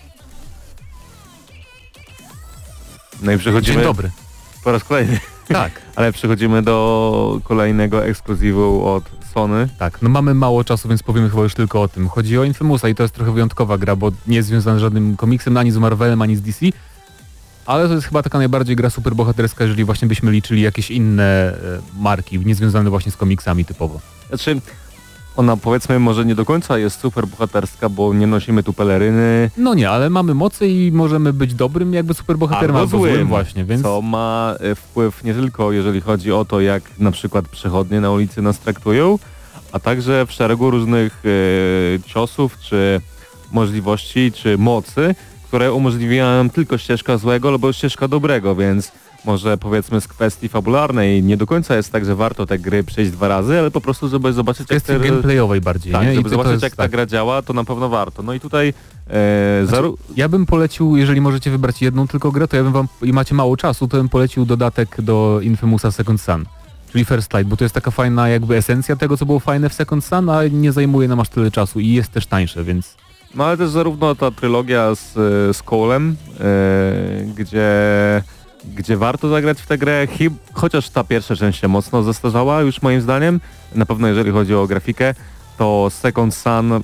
No i przechodzimy
Dzień dobry.
po raz kolejny.
Tak.
Ale przechodzimy do kolejnego ekskluzywu od Sony.
Tak, no mamy mało czasu, więc powiemy chyba już tylko o tym. Chodzi o Infamousa i to jest trochę wyjątkowa gra, bo nie jest związana z żadnym komiksem, ani z Marvelem, ani z D C, ale to jest chyba taka najbardziej gra superbohaterska, jeżeli właśnie byśmy liczyli jakieś inne e, marki, niezwiązane właśnie z komiksami typowo.
Znaczy, ona powiedzmy może nie do końca jest super bohaterska, bo nie nosimy tu peleryny.
No nie, ale mamy mocy i możemy być dobrym jakby superbohaterem,
Albo złym,
właśnie, więc...
Co ma e, wpływ nie tylko jeżeli chodzi o to, jak na przykład przechodnie na ulicy nas traktują, a także w szeregu różnych e, ciosów, czy możliwości, czy mocy, które umożliwiają nam tylko ścieżka złego albo ścieżka dobrego, więc może powiedzmy z kwestii fabularnej nie do końca jest tak, że warto te gry przejść dwa razy, ale po prostu żeby zobaczyć
W kwestii
jak te...
gameplayowej bardziej,
Tak,
nie?
żeby
I to,
zobaczyć
to jest,
jak ta
tak.
gra działa, to na pewno warto. No i tutaj e,
Znaczy,
zaru-
ja bym polecił, jeżeli możecie wybrać jedną tylko grę, to ja bym wam, i macie mało czasu, to bym polecił dodatek do Infamousa Second Son, czyli First Light, bo to jest taka fajna jakby esencja tego, co było fajne w Second Son, a nie zajmuje nam aż tyle czasu i jest też tańsze, więc...
No ale też zarówno ta trylogia z, z Cole'em, e, gdzie, gdzie warto zagrać w tę grę, Hib, chociaż ta pierwsza część się mocno zestarzała już moim zdaniem, na pewno jeżeli chodzi o grafikę, to Second Son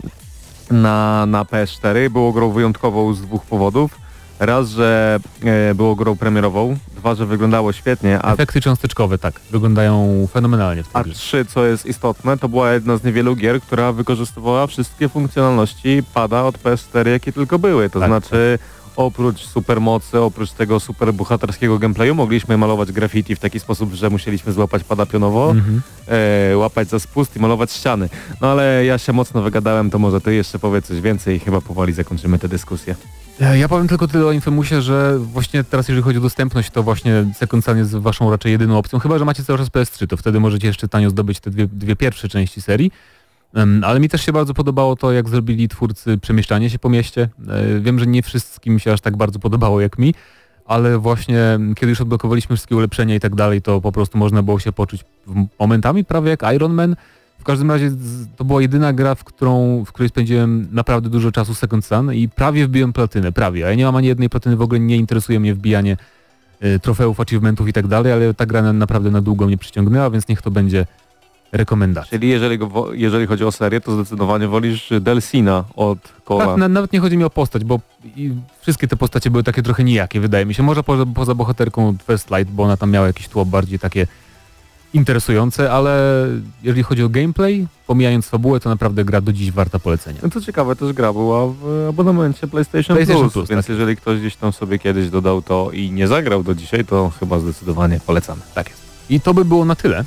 na, na P S cztery było grą wyjątkową z dwóch powodów. Raz, że e, było grą premierową, dwa, że wyglądało świetnie, a
Efekty cząsteczkowe, tak, wyglądają fenomenalnie w tej
A
grze.
trzy, co jest istotne, to była jedna z niewielu gier, która wykorzystywała wszystkie funkcjonalności pada od P S cztery, jakie tylko były. To
Tak,
znaczy oprócz supermocy, oprócz tego super bohaterskiego gameplayu mogliśmy malować graffiti w taki sposób, że musieliśmy złapać pada pionowo,
Mhm.
e, łapać za spust i malować ściany. No ale ja się mocno wygadałem, to może ty jeszcze powiedz coś więcej i chyba powoli zakończymy tę dyskusję.
Ja ja powiem tylko tyle o Infamousie, że właśnie teraz jeżeli chodzi o dostępność, to właśnie Second Son jest waszą raczej jedyną opcją, chyba że macie cały czas P S trzy, to wtedy możecie jeszcze tanio zdobyć te dwie, dwie pierwsze części serii. Um, ale mi też się bardzo podobało to, jak zrobili twórcy przemieszczanie się po mieście. E, wiem, że nie wszystkim się aż tak bardzo podobało jak mi, ale właśnie kiedy już odblokowaliśmy wszystkie ulepszenia i tak dalej, to po prostu można było się poczuć w- momentami prawie jak Iron Man. W każdym razie z- to była jedyna gra, w, którą, w której spędziłem naprawdę dużo czasu Second Son i prawie wbiłem platynę, prawie. A ja nie mam ani jednej platyny, w ogóle nie interesuje mnie wbijanie y, trofeów, achievementów i tak dalej, ale ta gra na, naprawdę na długo mnie przyciągnęła, więc niech to będzie rekomendacja.
Czyli jeżeli, go, wo- jeżeli chodzi o serię, to zdecydowanie wolisz Delsina od Cole'a.
Tak, na, nawet nie chodzi mi o postać, bo i wszystkie te postacie były takie trochę nijakie, wydaje mi się. Może poza, poza bohaterką First Light, bo ona tam miała jakieś tło bardziej takie interesujące, ale jeżeli chodzi o gameplay, pomijając fabułę, to naprawdę gra do dziś warta polecenia.
No to ciekawe, też gra była w abonamencie PlayStation,
PlayStation
Plus,
Plus,
więc
tak.
jeżeli ktoś gdzieś tam sobie kiedyś dodał to i nie zagrał do dzisiaj, to chyba zdecydowanie polecamy.
Tak jest. I to by było na tyle.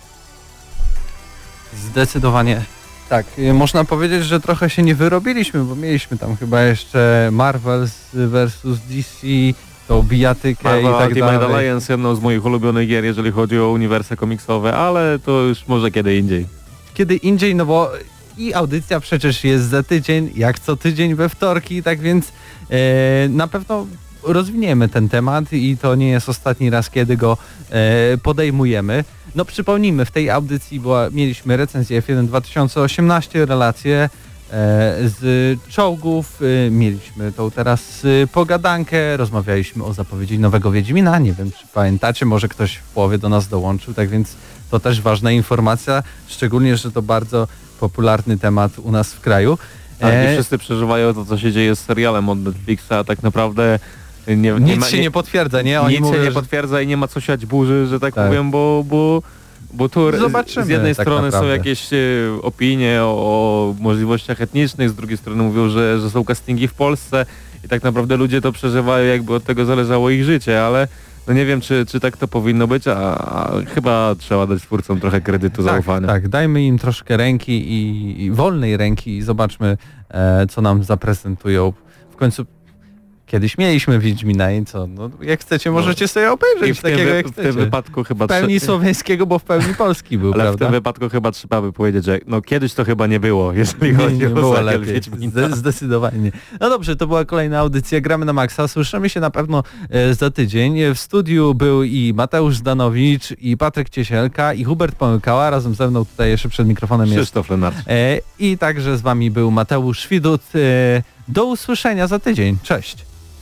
Zdecydowanie. Tak, y, można powiedzieć, że trochę się nie wyrobiliśmy, bo mieliśmy tam chyba jeszcze Marvel versus D C, tą bijatykę
Marvel
i tak
Ultimate
dalej.
Alliance, jedną z moich ulubionych gier, jeżeli chodzi o uniwersy komiksowe, ale to już może kiedy indziej.
Kiedy indziej, no bo i audycja przecież jest za tydzień, jak co tydzień we wtorki, tak więc e, na pewno rozwiniemy ten temat i to nie jest ostatni raz, kiedy go e, podejmujemy. No przypomnijmy, w tej audycji była, mieliśmy recenzję F jeden dwa tysiące osiemnaście, relacje e, z czołgów, e, mieliśmy tą teraz e, pogadankę, rozmawialiśmy o zapowiedzi nowego Wiedźmina, nie wiem czy pamiętacie, może ktoś w połowie do nas dołączył, tak więc to też ważna informacja, szczególnie, że to bardzo popularny temat u nas w kraju.
Tak,
E,
i wszyscy przeżywają to, co się dzieje z serialem od Netflixa, a tak naprawdę nie, nie
nic
ma,
się nie,
nie
potwierdza, nie? Oni
nic
mówią,
się nie
że-
potwierdza i nie ma co siać burzy, że tak,
Tak.
powiem, bo, bo, bo tu r-
Zobaczymy
z jednej
tak
strony
naprawdę.
są jakieś e, opinie o, o możliwościach etnicznych, z drugiej strony mówią, że, że są castingi w Polsce i tak naprawdę ludzie to przeżywają, jakby od tego zależało ich życie, ale no nie wiem, czy, czy tak to powinno być, a, a chyba trzeba dać twórcom trochę kredytu,
tak,
zaufania.
tak, dajmy im troszkę ręki i, i wolnej ręki i zobaczmy, e, co nam zaprezentują. W końcu kiedyś mieliśmy Wiedźmina i co? No, jak chcecie, możecie sobie obejrzeć
I w tym,
takiego,
wy-
jak
w
chcecie.
tym wypadku chyba
W pełni
trze-
słowiańskiego, bo w pełni polski był,
ale w
prawda?
tym wypadku chyba trzeba by powiedzieć, że no kiedyś to chyba nie było, jeżeli
Nie,
chodzi
nie
o
było
serial
lepiej.
Wiedźmina.
Zde- zdecydowanie. No dobrze, to była kolejna audycja Gramy na Maxa. Słyszymy się na pewno e, za tydzień. W studiu był i Mateusz Zdanowicz, i Patryk Ciesielka, i Hubert Pomykała. Razem ze mną tutaj jeszcze przed mikrofonem jest.
Krzysztof Lenarczyk.
E, I także z wami był Mateusz Widut. E, do usłyszenia za tydzień. Cześć.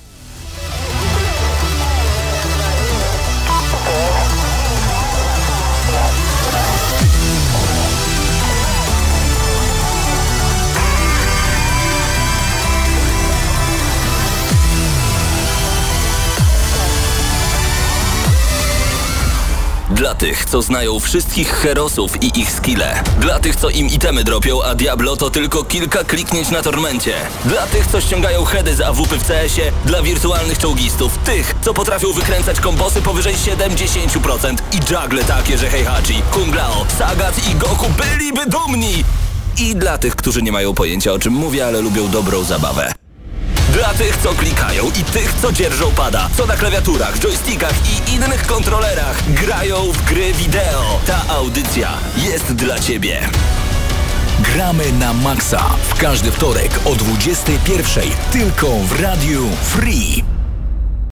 Dla tych, co znają wszystkich herosów i ich skille. Dla tych, co im itemy dropią, a Diablo to tylko kilka kliknięć na tormencie. Dla tych, co ściągają heady z A W P w C S-ie. Dla wirtualnych czołgistów. Tych, co potrafią wykręcać kombosy powyżej siedemdziesiąt procent. I juggle takie, że Heihachi, Kung Lao, Sagat i Goku byliby dumni. I dla tych, którzy nie mają pojęcia, o czym mówię, ale lubią dobrą zabawę. Dla tych, co klikają i tych, co dzierżą pada, co na klawiaturach, joystickach i innych kontrolerach grają w gry wideo. Ta audycja jest dla Ciebie.
Gramy na maksa w każdy wtorek o dwudziestej pierwszej tylko w Radiu Free.